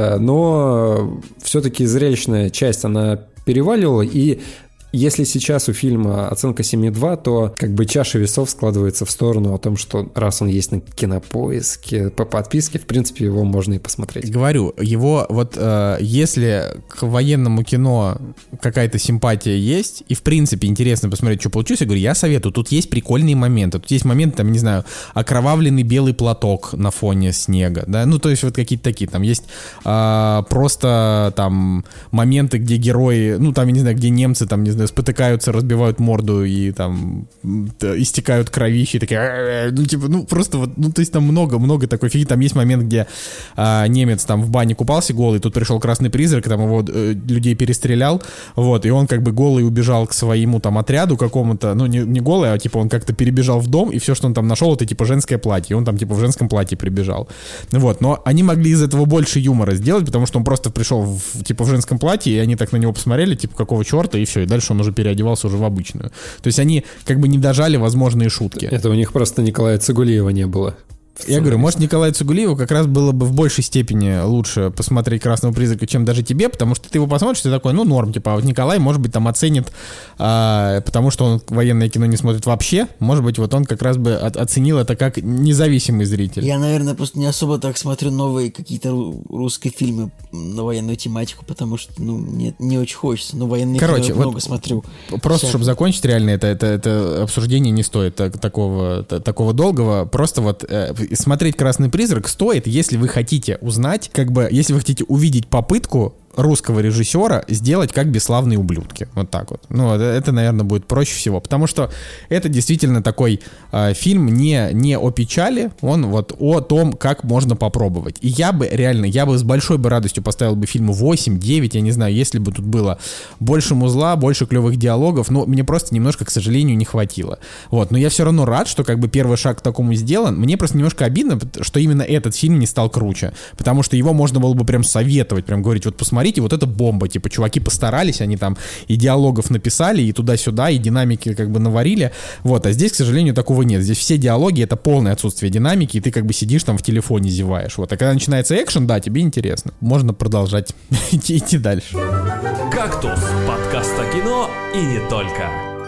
но все-таки зрелищная часть, она переваливала, и если сейчас у фильма оценка семь и два, то как бы чаша весов складывается в сторону о том, что раз он есть на Кинопоиске по подписке, в принципе, его можно и посмотреть. Говорю, его вот э, если к военному кино какая-то симпатия есть, и в принципе интересно посмотреть, что получилось, я говорю, я советую, тут есть прикольные моменты, тут есть моменты, там, не знаю, окровавленный белый платок на фоне снега, да, ну, то есть вот какие-то такие, там есть э, просто там моменты, где герои, ну, там, я не знаю, где немцы, там, не знаю, спотыкаются, разбивают морду и там истекают кровищей, такие, ну, типа, ну, просто вот, ну, то есть там много-много такой фиги. Там есть момент, где а, немец там в бане купался голый, тут пришел красный призрак, там его э, людей перестрелял, вот, и он как бы голый убежал к своему там отряду какому-то, ну, не, не голый, а типа он как-то перебежал в дом, и все, что он там нашел, это типа женское платье, и он там типа в женском платье прибежал. Вот, но они могли из этого больше юмора сделать, потому что он просто пришел в, типа в женском платье, и они так на него посмотрели, типа, какого черта, и все, и дальше он уже переодевался уже в обычную. То есть они как бы не дожали возможные шутки. Это у них просто Николая Цигулиева не было. Я говорю, может, Николаю Цигулиеву как раз было бы в большей степени лучше посмотреть «Красного призрака», чем даже тебе, потому что ты его посмотришь, ты такой, ну, норм, типа, а вот Николай, может быть, там оценит, а, потому что он военное кино не смотрит вообще, может быть, вот он как раз бы от, оценил это как независимый зритель. Я, наверное, просто не особо так смотрю новые какие-то русские фильмы на военную тематику, потому что, ну, мне не очень хочется, но военные Короче, фильмы вот много смотрю. Просто, Всякие. чтобы закончить, реально, это, это, это обсуждение не стоит так, такого, та, такого долгого, просто вот э, смотреть «Красный призрак» стоит, если вы хотите узнать, как бы, если вы хотите увидеть попытку русского режиссера сделать как «Бесславные ублюдки». Вот так вот. Ну, это, это, наверное, будет проще всего. Потому что это действительно такой э, фильм не, не о печали, он вот о том, как можно попробовать. И я бы, реально, я бы с большой бы радостью поставил бы фильму восемь девять, я не знаю, если бы тут было больше музла, больше клевых диалогов, но мне просто немножко, к сожалению, не хватило. Вот. Но я все равно рад, что как бы первый шаг к такому сделан. Мне просто немножко обидно, что именно этот фильм не стал круче. Потому что его можно было бы прям советовать, прям говорить, вот посмотрите, вот это бомба, типа, чуваки постарались, они там и диалогов написали, и туда-сюда, и динамики как бы наварили, вот, а здесь, к сожалению, такого нет, здесь все диалоги — это полное отсутствие динамики, и ты как бы сидишь там в телефоне зеваешь, вот, а когда начинается экшен, да, тебе интересно, можно продолжать идти, идти дальше. «Кактус» — подкаст о кино и не только.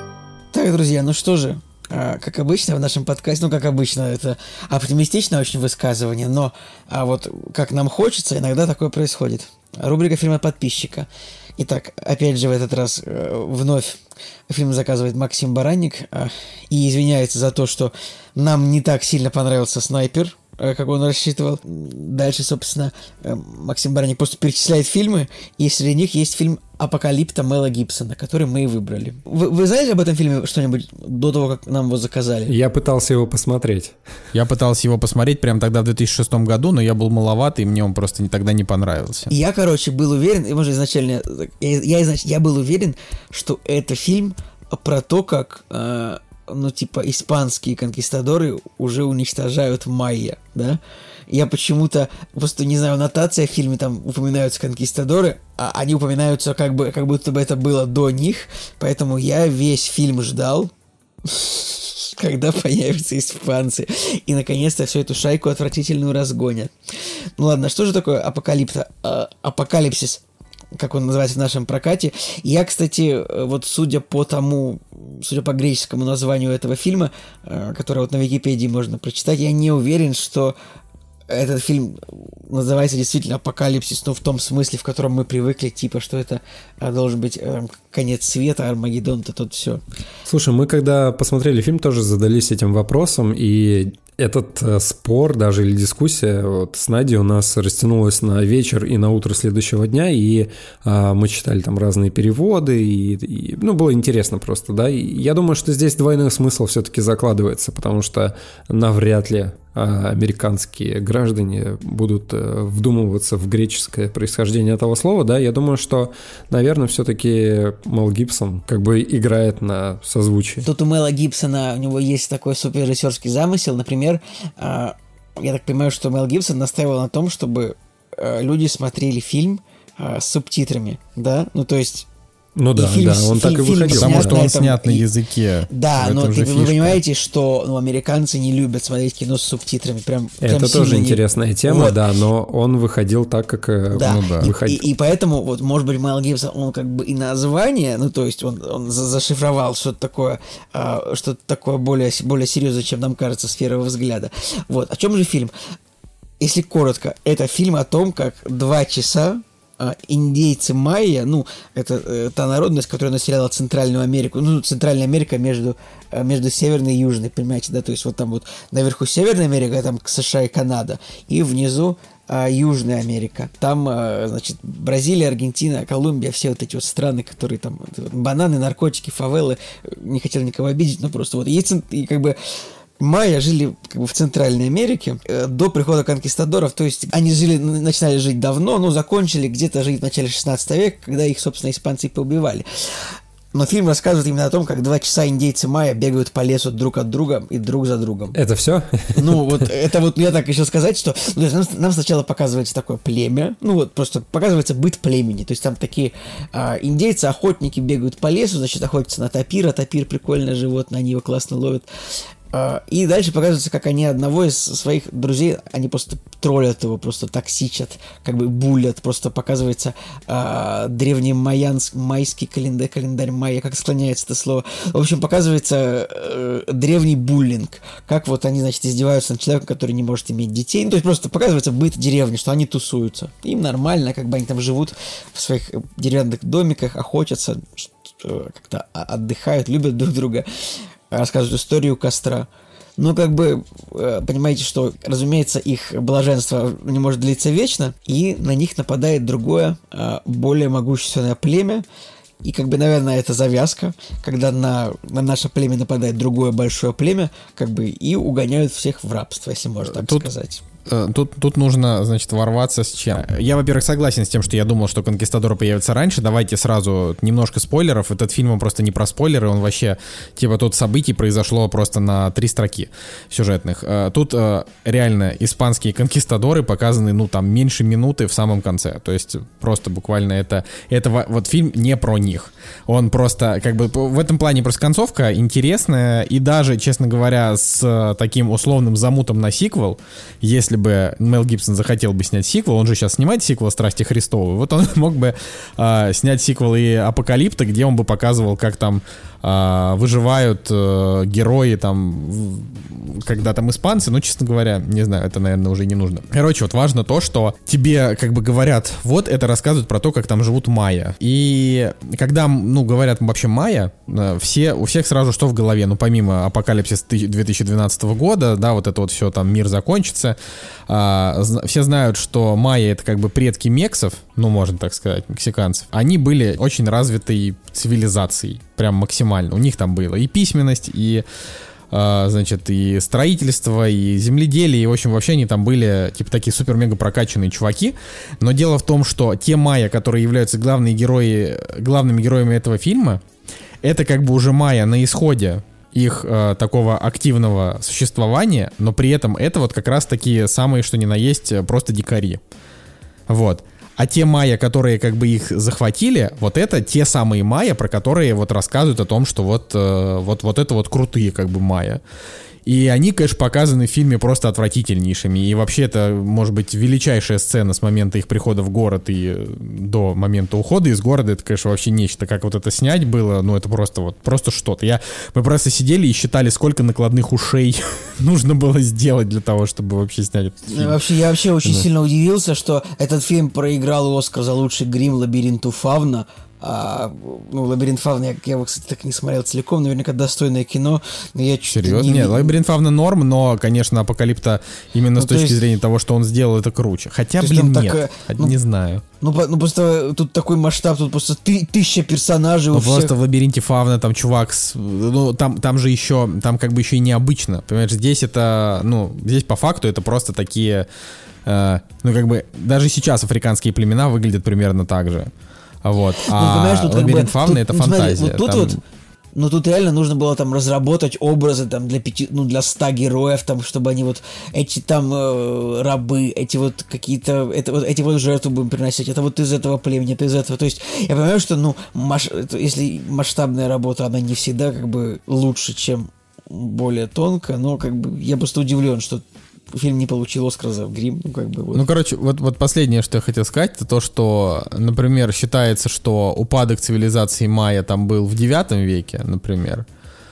Так, друзья, ну что же, как обычно в нашем подкасте, ну, как обычно, это оптимистичное очень высказывание, но а вот как нам хочется, иногда такое происходит. Рубрика «Фильм от подписчика». Итак, опять же, в этот раз э, вновь фильм заказывает Максим Баранник э, и извиняется за то, что нам не так сильно понравился «Снайпер», э, как он рассчитывал. Дальше, собственно, э, Максим Баранник просто перечисляет фильмы, и среди них есть фильм «Апокалипта» Мэла Гибсона, который мы и выбрали. Вы, вы знаете об этом фильме что-нибудь до того, как нам его заказали? Я пытался его посмотреть. Я пытался его посмотреть прямо тогда в две тысячи шестом году, но я был маловат, и мне он просто тогда не понравился. Я, короче, был уверен, и, может, изначально, я, я, изнач, я был уверен, что это фильм про то, как, э, ну, типа, испанские конкистадоры уже уничтожают майя, да? Я почему-то, просто не знаю, нотация в фильме, там упоминаются конкистадоры, а они упоминаются как бы, как будто бы это было до них, поэтому я весь фильм ждал, когда появятся испанцы, и наконец-то всю эту шайку отвратительную разгонят. Ну ладно, что же такое апокалипта? А, апокалипсис, как он называется в нашем прокате. Я, кстати, вот судя по тому, судя по греческому названию этого фильма, который вот на Википедии можно прочитать, я не уверен, что этот фильм называется действительно «Апокалипсис», ну, в том смысле, в котором мы привыкли, типа, что это должен быть э, конец света, Армагеддон, это тут все. Слушай, мы когда посмотрели фильм, тоже задались этим вопросом, и этот э, спор даже или дискуссия вот, с Надей у нас растянулась на вечер и на утро следующего дня, и э, мы читали там разные переводы, и, и, ну, было интересно просто, да, и я думаю, что здесь двойной смысл все-таки закладывается, потому что навряд ли американские граждане будут вдумываться в греческое происхождение этого слова, да, я думаю, что, наверное, все-таки Мел Гибсон как бы играет на созвучии. Тут у Мела Гибсона, у него есть такой суперрежиссерский замысел, например, я так понимаю, что Мел Гибсон настаивал на том, чтобы люди смотрели фильм с субтитрами, да, ну, то есть Ну да, фильм, да, он фильм, так и выходил. Потому что он на этом, снят на и... языке. Да, но ты, вы понимаете, что ну, американцы не любят смотреть кино с субтитрами. Прям, Это прям тоже не... интересная тема, вот. Да, но он выходил так, как да. ну, да. выходил. И, и, и поэтому, вот, может быть, Мел Гибсон, он как бы и название, ну, то есть он, он зашифровал что-то такое, а, что-то такое более, более серьезное, чем нам кажется с первого взгляда. Вот, о чем же фильм? Если коротко, это фильм о том, как два часа индейцы майя, ну, это э, та народность, которая населяла Центральную Америку, ну, Центральная Америка между, э, между Северной и Южной, понимаете, да, то есть вот там вот наверху Северная Америка, там США и Канада, и внизу э, Южная Америка, там, э, значит, Бразилия, Аргентина, Колумбия, все вот эти вот страны, которые там, бананы, наркотики, фавелы, не хотел никого обидеть, но просто вот есть, и как бы майя жили как бы в Центральной Америке э, до прихода конкистадоров, то есть они жили, начинали жить давно, но закончили где-то жить в начале шестнадцатого века, когда их, собственно, испанцы поубивали. Но фильм рассказывает именно о том, как два часа индейцы майя бегают по лесу друг от друга и друг за другом. Это все? Ну, вот это вот я так еще сказать, что ну, нам, нам сначала показывается такое племя, ну вот просто показывается быт племени, то есть там такие а, индейцы, охотники бегают по лесу, значит, охотятся на тапира, тапир прикольное животное, они его классно ловят. И дальше показывается, как они одного из своих друзей, они просто троллят его, просто токсичат, как бы булят, просто показывается э, древний майянс, майский календарь, календарь майя, как склоняется это слово. В общем, показывается э, древний буллинг, как вот они, значит, издеваются над человеком, который не может иметь детей. Ну, то есть просто показывается быт деревни, что они тусуются. Им нормально, как бы они там живут в своих деревянных домиках, охотятся, как-то отдыхают, любят друг друга. Рассказывают историю костра. Но как бы, понимаете, что, разумеется, их блаженство не может длиться вечно, и на них нападает другое, более могущественное племя. И как бы, наверное, это завязка, когда на, на наше племя нападает другое большое племя, как бы и угоняют всех в рабство, если можно так Тут... сказать. Тут, тут нужно, значит, ворваться с чем? Я, во-первых, согласен с тем, что я думал, что «Конкистадоры» появятся раньше. Давайте сразу немножко спойлеров. Этот фильм, он просто не про спойлеры, он вообще, типа, тут событий произошло просто на три строки сюжетных. Тут реально испанские конкистадоры показаны, ну, там, меньше минуты в самом конце. То есть просто буквально это, это вот фильм не про них. Он просто, как бы, в этом плане просто концовка интересная, и даже, честно говоря, с таким условным замутом на сиквел, если Если бы Мел Гибсон захотел бы снять сиквел, он же сейчас снимает сиквел «Страсти Христовы», вот он мог бы э, снять сиквел и «Апокалипта», где он бы показывал, как там э, выживают э, герои, там, когда там испанцы, ну, честно говоря, не знаю, это, наверное, уже не нужно. Короче, вот важно то, что тебе, как бы, говорят, вот это рассказывает про то, как там живут майя. И когда, ну, говорят вообще майя, э, все, у всех сразу что в голове, ну, помимо «Апокалипсис» две тысячи двенадцатого года, да, вот это вот все, там, мир закончится. А, все знают, что майя — это как бы предки мексов, ну, можно так сказать, мексиканцев. Они были очень развитой цивилизацией, прям максимально. У них там было и письменность, и, а, значит, и строительство, и земледелие, и, в общем, вообще они там были, типа, такие супер-мега прокачанные чуваки. Но дело в том, что те майя, которые являются главные герои, главными героями этого фильма, это как бы уже майя на исходе их э, такого активного существования, но при этом это вот как раз такие самые, что ни на есть, просто дикари. Вот. А те майя, которые как бы их захватили, вот это те самые майя, про которые вот рассказывают о том, что вот, э, вот, вот это вот крутые как бы майя. И они, конечно, показаны в фильме просто отвратительнейшими. И вообще это, может быть, величайшая сцена с момента их прихода в город и до момента ухода из города. Это, конечно, вообще нечто. Как вот это снять было, ну это просто вот, просто что-то. Я, мы просто сидели и считали, сколько накладных ушей нужно было сделать для того, чтобы вообще снять этот фильм. Вообще, я вообще очень Да. сильно удивился, что этот фильм проиграл Оскар за лучший грим «Лабиринту Фавна». А, ну, «Лабиринт Фавна», я, я его, кстати, так и не смотрел целиком, наверняка достойное кино, но я чуть-чуть Серьезно? не... Нет, «Лабиринт Фавна» норм, но, конечно, «Апокалипто» именно Ну, с то точки есть- зрения того, что он сделал, это круче. Хотя, То есть блин, там нет, такая- Хотя ну, не знаю. Ну, по- ну, просто тут такой масштаб, тут просто ты, тысяча персонажей у Ну, всех. просто в «Лабиринте Фавна» там чувак, с, ну, там, там же еще, там как бы еще и необычно, понимаешь, здесь это, ну, здесь по факту это просто такие, э, ну, как бы, даже сейчас африканские племена выглядят примерно так же, вот, Ну, а понимаешь, тут как «Лабиринт бы- Фавна» тут, это ну, смотри, фантазия. вот тут там- вот, ну тут реально нужно было там разработать образы там для пяти, ну для ста героев, там, чтобы они вот эти там э, рабы, эти вот какие-то, это вот эти вот жертвы будем приносить, это вот из этого племени, это из этого. То есть я понимаю, что ну маш, это, если масштабная работа, она не всегда как бы лучше, чем более тонко, но как бы я просто удивлен, что фильм не получил Оскар за грим, ну как бы вот. Ну, короче, вот, вот последнее, что я хотел сказать, это то, что, например, считается, что упадок цивилизации майя там был в девятом веке, например,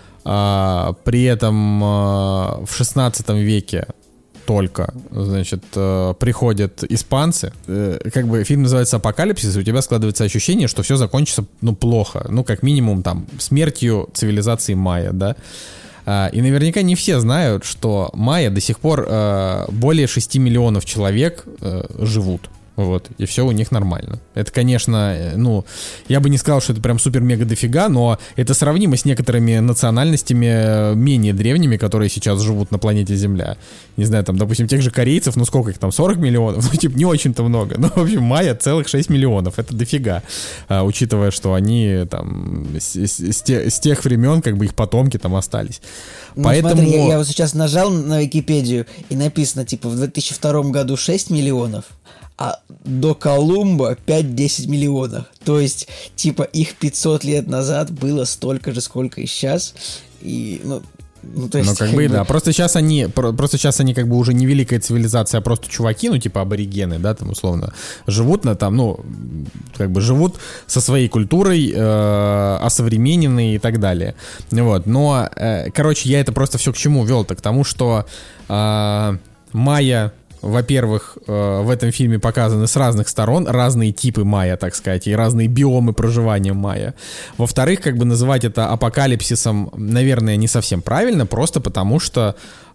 а, при этом а, в шестнадцатом веке только, значит, э, приходят испанцы. Э, как бы фильм называется «Апокалипсис», и у тебя складывается ощущение, что все закончится, ну, плохо. Ну, как минимум, там, смертью цивилизации майя, да. Uh, и наверняка не все знают, что майя до сих пор uh, более шести миллионов человек uh, живут. Вот, и все у них нормально. Это, конечно, ну, я бы не сказал, что это прям супер-мега дофига, но это сравнимо с некоторыми национальностями менее древними, которые сейчас живут на планете Земля. Не знаю, там, допустим, тех же корейцев, ну сколько их там, сорок миллионов? Ну, типа, не очень-то много. Ну, в общем, майя целых шесть миллионов. Это дофига. А, учитывая, что они там с, с, с, те, с тех времен, как бы их потомки там остались. Ну, Поэтому... смотри, я, я вот сейчас нажал на Википедию, и написано, типа, в две тысячи втором году шесть миллионов, а до Колумба пять-десять миллионов. То есть, типа, их пятьсот лет назад было столько же, сколько и сейчас. И, ну, ну, то есть, Ну, как бы, да. Просто сейчас они, про- просто сейчас они как бы уже не великая цивилизация, а просто чуваки, ну, типа аборигены, да, там, условно, живут на там, ну, как бы живут со своей культурой, э, осовремененные и так далее. Вот. Но, э, короче, я это просто все к чему вел-то? К тому, что э, майя, во-первых, э, в этом фильме показаны с разных сторон разные типы майя, так сказать, и разные биомы проживания майя. Во-вторых, как бы называть это апокалипсисом, наверное, не совсем правильно, просто потому что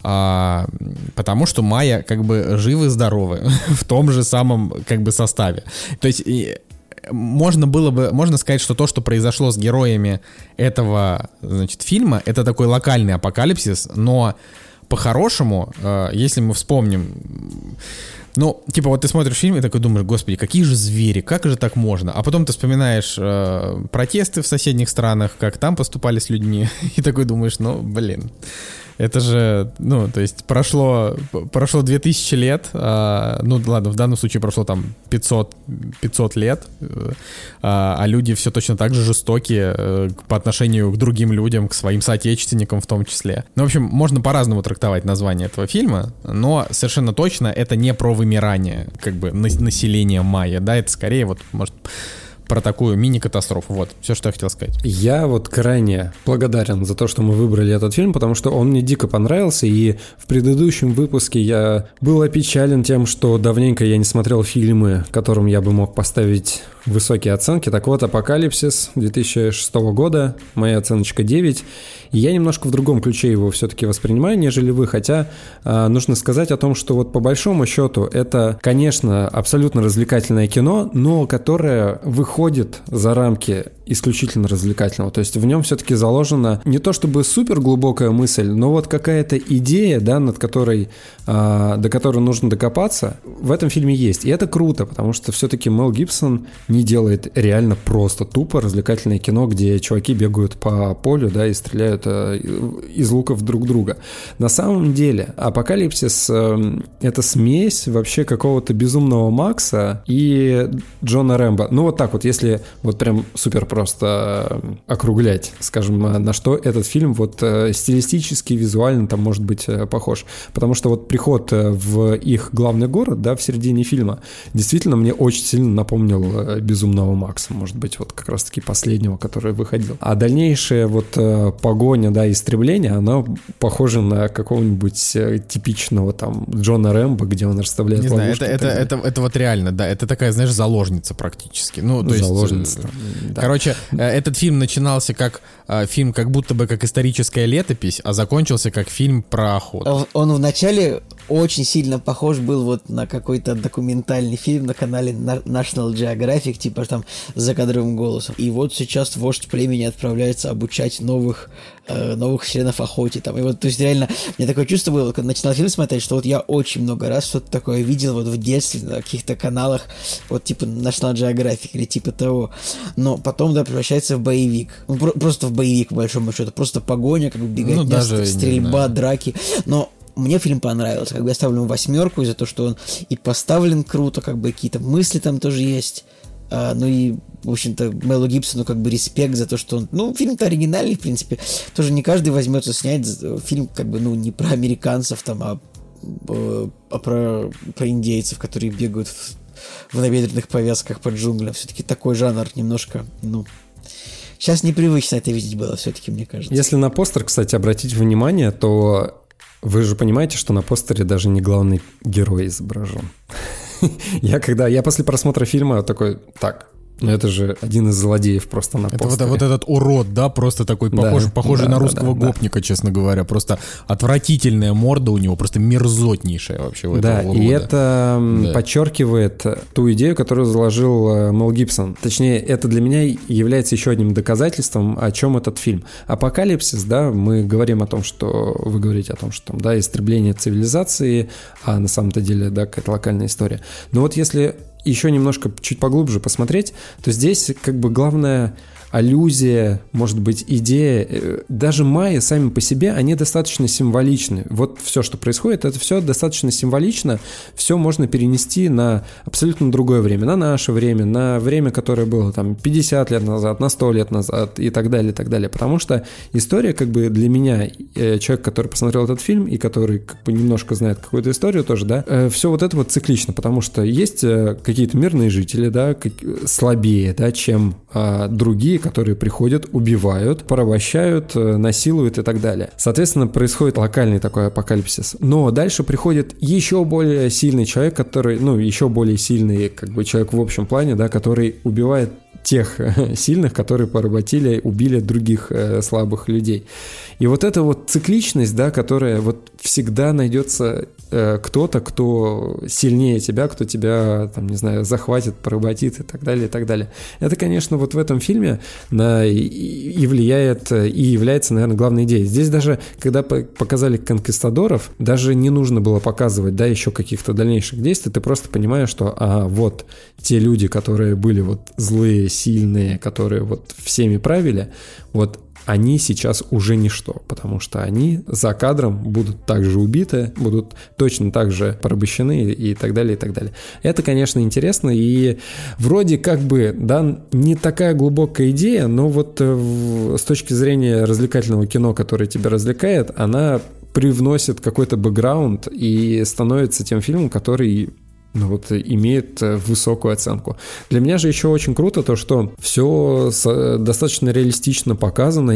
э, потому что майя как бы живы-здоровы в том же самом как бы составе. То есть и, можно было бы, можно сказать, что то, что произошло с героями этого, значит, фильма, это такой локальный апокалипсис, но по-хорошему, э, если мы вспомним, ну, типа, вот ты смотришь фильм и такой думаешь, господи, какие же звери, как же так можно? А потом ты вспоминаешь э, протесты в соседних странах, как там поступали с людьми, и такой думаешь, ну, блин, это же, ну, то есть прошло, прошло две тысячи лет, а, ну, ладно, в данном случае прошло там пятьсот, пятьсот лет, а, а люди все точно так же жестокие по отношению к другим людям, к своим соотечественникам в том числе. Ну, в общем, можно по-разному трактовать название этого фильма, но совершенно точно это не про вымирание, как бы, населения майя, да, это скорее вот, может... про такую мини-катастрофу. Вот, все, что я хотел сказать. Я вот крайне благодарен за то, что мы выбрали этот фильм, потому что он мне дико понравился, и в предыдущем выпуске я был опечален тем, что давненько я не смотрел фильмы, которым я бы мог поставить высокие оценки. Так вот, «Апокалипсис» две тысячи шестого года, моя оценочка девять, и я немножко в другом ключе его все-таки воспринимаю, нежели вы, хотя э, нужно сказать о том, что вот по большому счету это, конечно, абсолютно развлекательное кино, но которое выходит за рамки исключительно развлекательного, то есть в нем все-таки заложена не то чтобы супер глубокая мысль, но вот какая-то идея, да, над которой, э, до которой нужно докопаться, в этом фильме есть, и это круто, потому что все-таки Мел Гибсон не делает реально просто тупо развлекательное кино, где чуваки бегают по полю, да, и стреляют э, из луков друг друга. На самом деле «Апокалипсис» э, — это смесь вообще какого-то безумного Макса и Джона Рэмбо. Ну вот так вот, если вот прям супер просто округлять, скажем, на что этот фильм вот стилистически, визуально там может быть похож. Потому что вот приход в их главный город, да, в середине фильма, действительно мне очень сильно напомнил «Безумного Макса», может быть, вот как раз-таки последнего, который выходил. А дальнейшая вот погоня, да, истребление, она похожа на какого-нибудь типичного там Джона Рэмбо, где он расставляет не ловушки. Знаю, это, это, это, это вот реально, да, это такая, знаешь, заложница практически. Ну, то заложница, есть, да. Короче, этот фильм начинался как фильм, как будто бы как историческая летопись, а закончился как фильм про охоту. Он вначале очень сильно похож был вот на какой-то документальный фильм на канале National Geographic, типа там «За кадровым голосом». И вот сейчас вождь племени отправляется обучать новых, э, новых членов охоте. Там. И вот, то есть реально, мне такое чувство было, когда начинал фильм смотреть, что вот я очень много раз что-то такое видел вот в детстве на каких-то каналах, вот типа National Geographic или типа того. Но потом, да, превращается в боевик. Ну, про- просто в боевик, по большому счету. Просто погоня, как бы беготня, ну, даже, стрельба, драки. Но мне фильм понравился, как бы я ставлю ему восьмерку из-за того, что он и поставлен круто, как бы какие-то мысли там тоже есть. А, ну и, в общем-то, Мелу Гибсону как бы респект за то, что он... Ну, фильм-то оригинальный, в принципе. Тоже не каждый возьмется снять фильм, как бы, ну, не про американцев там, а, а про, про индейцев, которые бегают в, в набедренных повязках по джунглям. Все-таки такой жанр немножко, ну... Сейчас непривычно это видеть было, все-таки, мне кажется. Если на постер, кстати, обратить внимание, то вы же понимаете, что на постере даже не главный герой изображен. Я когда, я после просмотра фильма такой, так, ну это же один из злодеев просто на постере. Это вот, вот этот урод, да, просто такой похожий, да, похожий да, на русского да, да, гопника, да. Честно говоря. Просто отвратительная морда у него, просто мерзотнейшая вообще у да, этого урода. И это да. подчеркивает ту идею, которую заложил Мел Гибсон. Точнее, это для меня является еще одним доказательством, о чем этот фильм. Апокалипсис, да, мы говорим о том, что вы говорите о том, что там, да, истребление цивилизации, а на самом-то деле, да, какая-то локальная история. Но вот если еще немножко чуть поглубже посмотреть, то здесь как бы главная аллюзия, может быть, идея, даже майя сами по себе, они достаточно символичны. Вот все, что происходит, это все достаточно символично, все можно перенести на абсолютно другое время, на наше время, на время, которое было там пятьдесят лет назад, на сто лет назад и так далее, и так далее. Потому что история как бы для меня, человек, который посмотрел этот фильм и который как бы немножко знает какую-то историю тоже, да, все вот это вот циклично, потому что есть какие-то мирные жители, да, слабее, да, чем а, другие, которые приходят, убивают, порабощают, насилуют и так далее. Соответственно, происходит локальный такой апокалипсис. Но дальше приходит еще более сильный человек, который, ну, еще более сильный, как бы, человек в общем плане, да, который убивает тех сильных, которые поработили, убили других э, слабых людей. И вот эта вот цикличность, да, которая вот всегда найдется э, кто-то, кто сильнее тебя, кто тебя, там, не знаю, захватит, поработит и так далее, и так далее. Это, конечно, вот в этом фильме на, и, и влияет, и является, наверное, главной идеей. Здесь даже, когда показали конкистадоров, даже не нужно было показывать, да, еще каких-то дальнейших действий, ты просто понимаешь, что, а, вот те люди, которые были вот злые, сильные, которые вот всеми правили, вот они сейчас уже ничто, потому что они за кадром будут также убиты, будут точно так же порабощены и так далее, и так далее. Это, конечно, интересно, и вроде как бы, да, не такая глубокая идея, но вот в, с точки зрения развлекательного кино, которое тебя развлекает, она привносит какой-то бэкграунд и становится тем фильмом, который... ну вот имеет высокую оценку. Для меня же еще очень круто то, что все достаточно реалистично показано,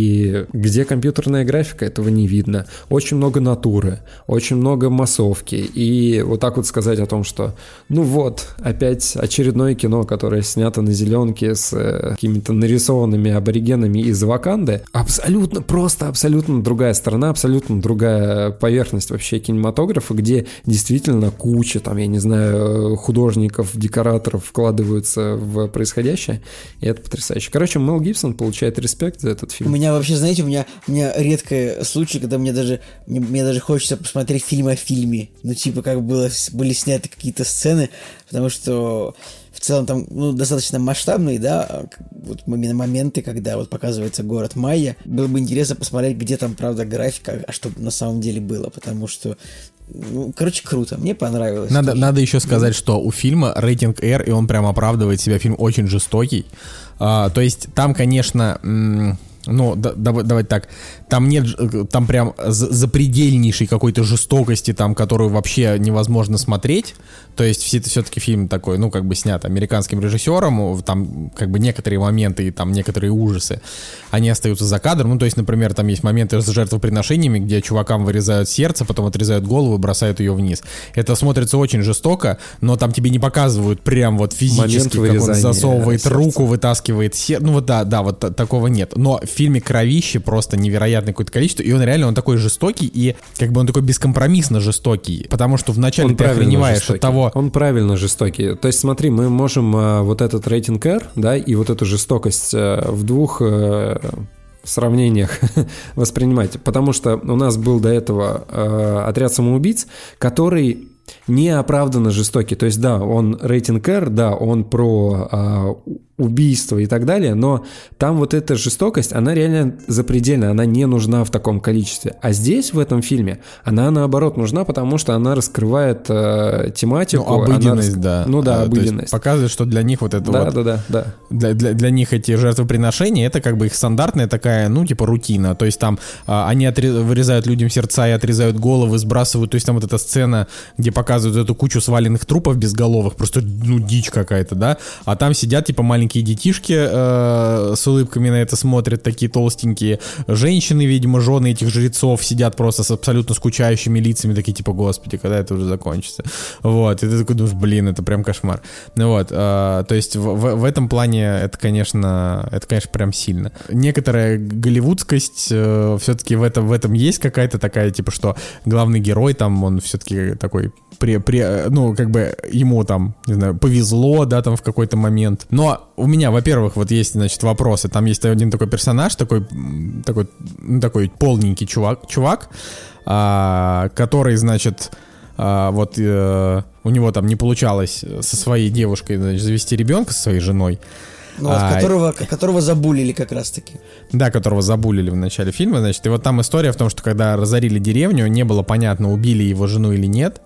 и где компьютерная графика, этого не видно. Очень много натуры, очень много массовки, и вот так вот сказать о том, что ну вот, опять очередное кино, которое снято на зеленке с какими-то нарисованными аборигенами из Ваканды, абсолютно просто, абсолютно другая сторона, абсолютно другая поверхность вообще кинематографа, где действительно куча, там, я не знаю, художников, декораторов вкладываются в происходящее, и это потрясающе. Короче, Мел Гибсон получает респект за этот фильм. У меня вообще, знаете, у меня, у меня редкий случай, когда мне даже, мне, мне даже хочется посмотреть фильм о фильме, ну, типа, как было, были сняты какие-то сцены, потому что в целом там, ну, достаточно масштабные, да, вот именно моменты, когда вот показывается город Майя. Было бы интересно посмотреть, где там, правда, графика, а что на самом деле было, потому что короче, круто, мне понравилось. Надо, надо еще сказать, что у фильма рейтинг R, и он прям оправдывает себя, фильм очень жестокий. А, то есть там, конечно... М- Ну, да, давай, давай так, там нет, там прям запредельнейшей какой-то жестокости, там, которую вообще невозможно смотреть. То есть все это все-таки фильм такой, ну, как бы снят американским режиссером, там, как бы некоторые моменты, там, некоторые ужасы, они остаются за кадром. Ну, то есть, например, там есть моменты с жертвоприношениями, где чувакам вырезают сердце, потом отрезают голову и бросают ее вниз. Это смотрится очень жестоко, но там тебе не показывают прям вот физически, как он засовывает сердца. Руку, вытаскивает сердце. Ну, вот да, да, вот такого нет. Но в фильме кровище просто невероятное какое-то количество, и он реально, он такой жестокий, и как бы он такой бескомпромиссно жестокий, потому что вначале он ты охреневаешь от того... Он правильно жестокий. То есть смотри, мы можем а, вот этот рейтинг R, да, и вот эту жестокость а, в двух... А, в сравнениях воспринимать, потому что у нас был до этого э, отряд самоубийц, который неоправданно жестокий. То есть, да, он рейтинг R, да, он про э, убийство и так далее, но там вот эта жестокость, она реально запредельная, она не нужна в таком количестве. А здесь, в этом фильме, она наоборот нужна, потому что она раскрывает э, тематику. Ну, обыденность, она, да. Ну да, а, обыденность. Показывает, что для них вот это да, вот... Да, да, да. Для, для, для них эти жертвоприношения, это как бы их стандартная такая, ну, типа рутина. То есть там а, они отре- вырезают людям сердца и отрезают головы, сбрасывают. То есть там вот эта сцена, где показывают эту кучу сваленных трупов безголовых, просто, ну, дичь какая-то, да. А там сидят, типа, маленькие детишки э, с улыбками на это смотрят, такие толстенькие. Женщины, видимо, жены этих жрецов сидят просто с абсолютно скучающими лицами, такие, типа, господи, когда это уже закончится. Вот. И ты такой думаешь, блин, это прям кошмар. Ну вот. Э, то есть в, в, в этом плане это, конечно, это, конечно, прям сильно. Некоторая голливудскость э, все-таки в этом, в этом есть какая-то такая, типа, что главный герой там, он все-таки такой, при, при, ну, как бы ему там, не знаю, повезло, да, там в какой-то момент. Но у меня, во-первых, вот есть, значит, вопросы. Там есть один такой персонаж, такой, такой, ну, такой полненький чувак, чувак, а, который, значит, а, вот а, у него там не получалось со своей девушкой, значит, завести ребенка, со своей женой. Ну, вот, а, которого, которого забулили как раз-таки. Да, которого забулили в начале фильма, значит. И вот там история в том, что когда разорили деревню, не было понятно, убили его жену или нет.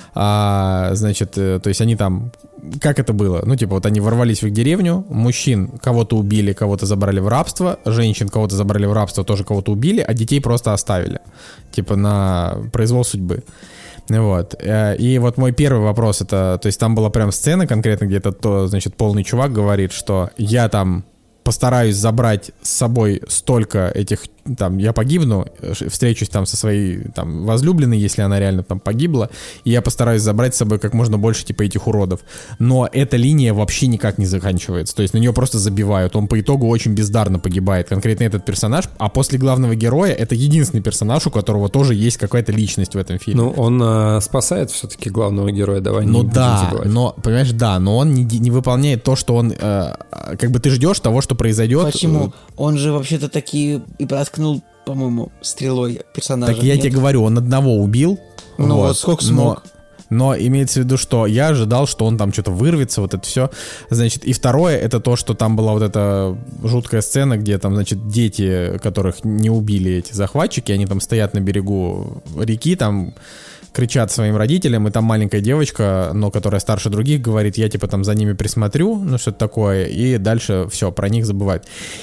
А, значит, то есть они там... Как это было? Ну, типа, вот они ворвались в их деревню, мужчин кого-то убили, кого-то забрали в рабство, женщин кого-то забрали в рабство, тоже кого-то убили, а детей просто оставили. Типа на произвол судьбы. Вот. И вот мой первый вопрос, это... То есть там была прям сцена конкретно, где этот, то, значит, полный чувак говорит, что я там постараюсь забрать с собой столько этих... Там, я погибну, встречусь там со своей там возлюбленной, если она реально там погибла, и я постараюсь забрать с собой как можно больше типа этих уродов. Но эта линия вообще никак не заканчивается. То есть на нее просто забивают. Он по итогу очень бездарно погибает. Конкретно этот персонаж. А после главного героя это единственный персонаж, у которого тоже есть какая-то личность в этом фильме. Ну, он э, спасает все-таки главного героя, давай ну, не будем да, забывать. но, понимаешь, да, но он не, не выполняет то, что он... Э, как бы ты ждешь того, что произойдет. Почему? Он же вообще-то таки и проткнул, по-моему, стрелой персонажа. Так я нет? тебе говорю, он одного убил. Ну вот, вот сколько смог. Но, но имеется в виду, что я ожидал, что он там что-то вырвется, вот это все. Значит, и второе, это то, что там была вот эта жуткая сцена, где там, значит, дети, которых не убили эти захватчики, они там стоят на берегу реки, там кричат своим родителям, и там маленькая девочка, но которая старше других, говорит, я типа там за ними присмотрю, ну что-то такое, и дальше все, про них забывают.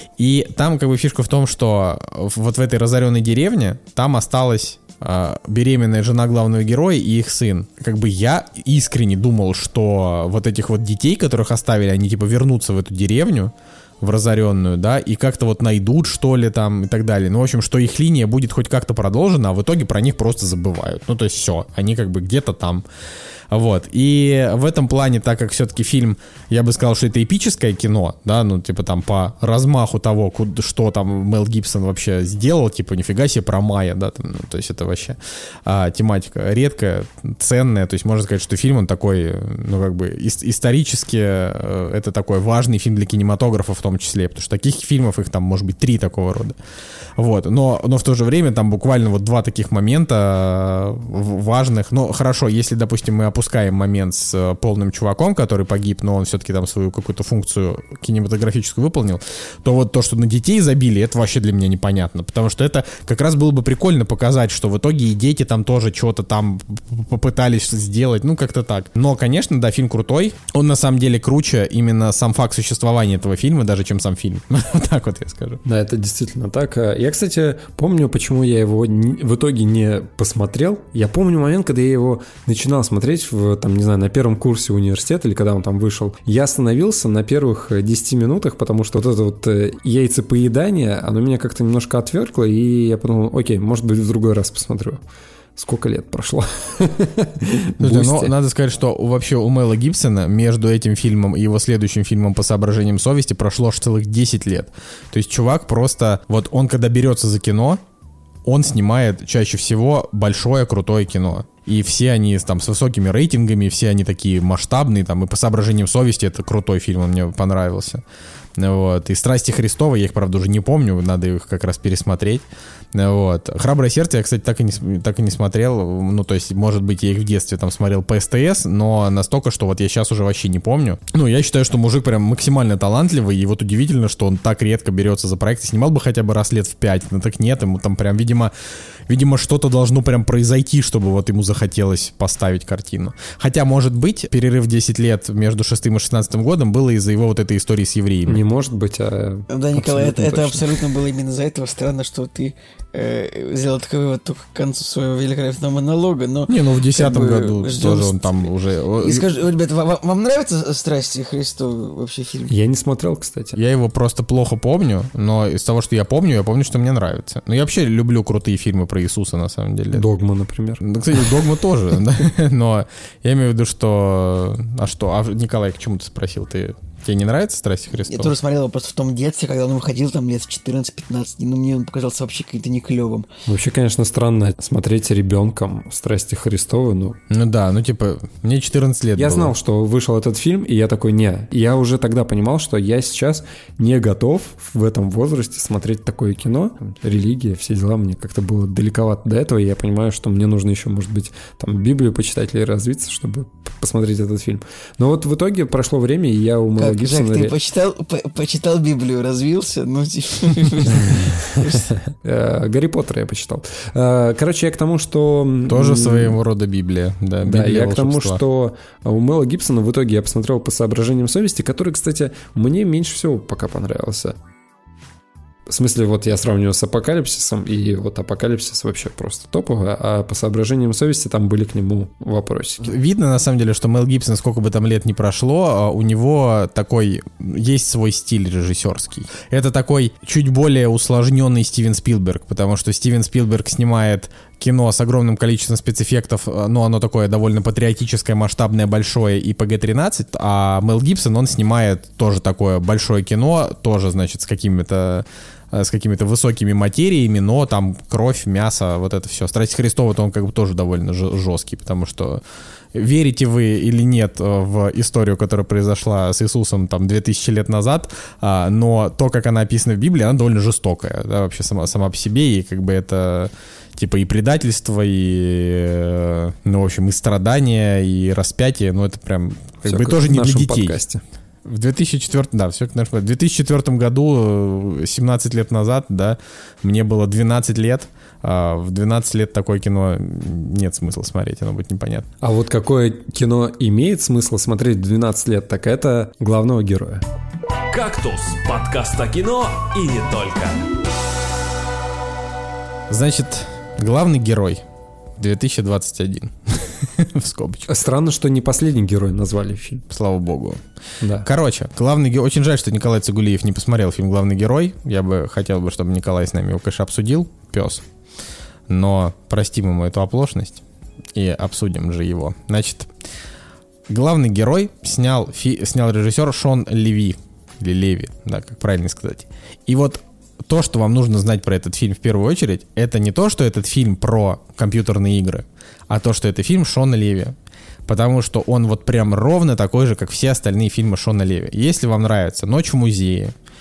И там как бы фишка в том, что вот в этой разоренной деревне там осталась э, беременная жена главного героя и их сын. Как бы я искренне думал, что вот этих вот детей, которых оставили, они типа вернутся в эту деревню, в разоренную, да, и как-то вот найдут, что ли, там, и так далее. Ну, в общем, что их линия будет хоть как-то продолжена, а в итоге про них просто забывают. Ну, то есть все, они как бы где-то там. Вот, и в этом плане, так как все-таки фильм, я бы сказал, что это эпическое кино, да, ну, типа там по размаху того, куда, что там Мел Гибсон вообще сделал, типа нифига себе про Майя, да, там, ну, то есть это вообще а, тематика редкая, ценная, то есть можно сказать, что фильм, он такой, ну, как бы ис- исторически э, это такой важный фильм для кинематографа в том числе, потому что таких фильмов, их там, может быть, три такого рода, вот, но, но в то же время там буквально вот два таких момента важных, ну, хорошо, если, допустим, мы опускаем момент с полным чуваком, который погиб, но он все-таки там свою какую-то функцию кинематографическую выполнил, то вот то, что на детей забили, это вообще для меня непонятно, потому что это как раз было бы прикольно показать, что в итоге и дети там тоже что-то там попытались сделать, ну как-то так. Но, конечно, да, фильм крутой, он на самом деле круче именно сам факт существования этого фильма, даже чем сам фильм. Вот так вот я скажу. Да, это действительно так. Я, кстати, помню, почему я его в итоге не посмотрел. Я помню момент, когда я его начинал смотреть в, там, не знаю, на первом курсе университета, или когда он там вышел. Я остановился на первых десяти минутах, потому что вот это вот яйцепоедание, оно меня как-то немножко отвергло, и я подумал, окей, может быть, в другой раз посмотрю. Сколько лет прошло? Ну, надо сказать, что вообще у Мэла Гибсона между этим фильмом и его следующим фильмом «По соображениям совести» прошло аж целых десять лет. То есть чувак просто... Вот он, когда берется за кино, он снимает чаще всего большое, крутое кино. И все они там с высокими рейтингами, все они такие масштабные, там, и «По соображениям совести» — это крутой фильм, он мне понравился. Вот. И «Страсти Христовы», я их, правда, уже не помню, надо их как раз пересмотреть. Вот. «Храброе сердце» я, кстати, так и, не, так и не смотрел. Ну, то есть, может быть, я их в детстве там смотрел по СТС, но настолько, что вот я сейчас уже вообще не помню. Ну, я считаю, что мужик прям максимально талантливый, и вот удивительно, что он так редко берется за проекты. Снимал бы хотя бы раз лет в пять, но так нет, ему там прям, видимо, видимо, что-то должно прям произойти, чтобы вот ему захотелось поставить картину. Хотя, может быть, перерыв десять лет между шестым и шестнадцатым годом было из-за его вот этой истории с евреями. Не может быть, а... Да, Николай, это, это абсолютно было именно из-за этого. Странно, что ты э, сделал такой вывод только к концу своего великолепного монолога, но... Не, ну в десятом как бы, году ждем... тоже он там уже... И скажи, ребята, вам, вам нравятся «Страсти Христовы» вообще фильм? Я не смотрел, кстати. Я его просто плохо помню, но из того, что я помню, я помню, что мне нравится. Но я вообще люблю крутые фильмы про Иисуса, на самом деле. «Догма», например. Да, кстати, «Догма» тоже, но я имею в виду, что... А что? А, Николай, к чему ты спросил? Ты... Тебе не нравится «Страсти Христовы»? Я тоже смотрел его просто в том детстве, когда он выходил там лет в четырнадцать-пятнадцать, ну мне он показался вообще каким-то не клевым. Вообще, конечно, странно смотреть ребенком «Страсти Христовы», ну... Ну да, ну типа, мне четырнадцать лет Я было. знал, что вышел этот фильм, и я такой, не. Я уже тогда понимал, что я сейчас не готов в этом возрасте смотреть такое кино. Религия, все дела, мне как-то было далековато до этого, и я понимаю, что мне нужно еще, может быть, там Библию почитать или развиться, чтобы посмотреть этот фильм. Но вот в итоге прошло время, и я у Мэла Гибсона... Жак, ты почитал, по- почитал Библию, развился? Ну, типа... Гарри Поттера я почитал. Короче, я к тому, что... Тоже своего рода Библия. Да, да, я к тому, что у Мэла Гибсона в итоге я посмотрел «По соображениям совести», который, кстати, мне меньше всего пока понравился. В смысле, вот я сравниваю с «Апокалипсисом», и вот «Апокалипсис» вообще просто топовый, а «По соображениям совести» там были к нему вопросики. Видно, на самом деле, что Мэл Гибсон, сколько бы там лет ни прошло, у него такой, есть свой стиль режиссерский. Это такой чуть более усложненный Стивен Спилберг, потому что Стивен Спилберг снимает кино с огромным количеством спецэффектов, но оно такое довольно патриотическое, масштабное, большое и пэ гэ тринадцать, а Мэл Гибсон, он снимает тоже такое большое кино, тоже, значит, с какими-то с какими-то высокими материями, но там кровь, мясо, вот это все. «Страсти Христовы»-то он как бы тоже довольно жесткий, потому что верите вы или нет в историю, которая произошла с Иисусом там две тысячи лет назад, но то, как она описана в Библии, она довольно жестокая, да, вообще сама, сама по себе, и как бы это типа и предательство, и, ну, в общем, и страдания, и распятие, ну, это прям как все бы тоже не для детей. Подкасте. В две тысячи четвёртом, да, все как наш, в две тысячи четвёртом году, семнадцать лет назад, да, мне было двенадцать лет, а в двенадцать лет такое кино нет смысла смотреть, оно будет непонятно. А вот какое кино имеет смысл смотреть в двенадцать лет, так это главного героя. «Кактус» — подкаст о кино и не только. Значит, главный герой две тысячи двадцать один. В скобочках. Странно, что не последний герой назвали фильм. Слава богу. Да. Короче, главный герой... Очень жаль, что Николай Цигулиев не посмотрел фильм «Главный герой». Я бы хотел бы, чтобы Николай с нами его, конечно, обсудил. Пес. Но простим ему эту оплошность и обсудим же его. Значит, главный герой снял, фи... снял режиссер Шон Леви. Или Леви, да, как правильно сказать. И вот то, что вам нужно знать про этот фильм в первую очередь, это не то, что этот фильм про компьютерные игры, а то, что это фильм Шона Леви. Потому что он вот прям ровно такой же, как все остальные фильмы Шона Леви. Если вам нравится «Ночь в музее»,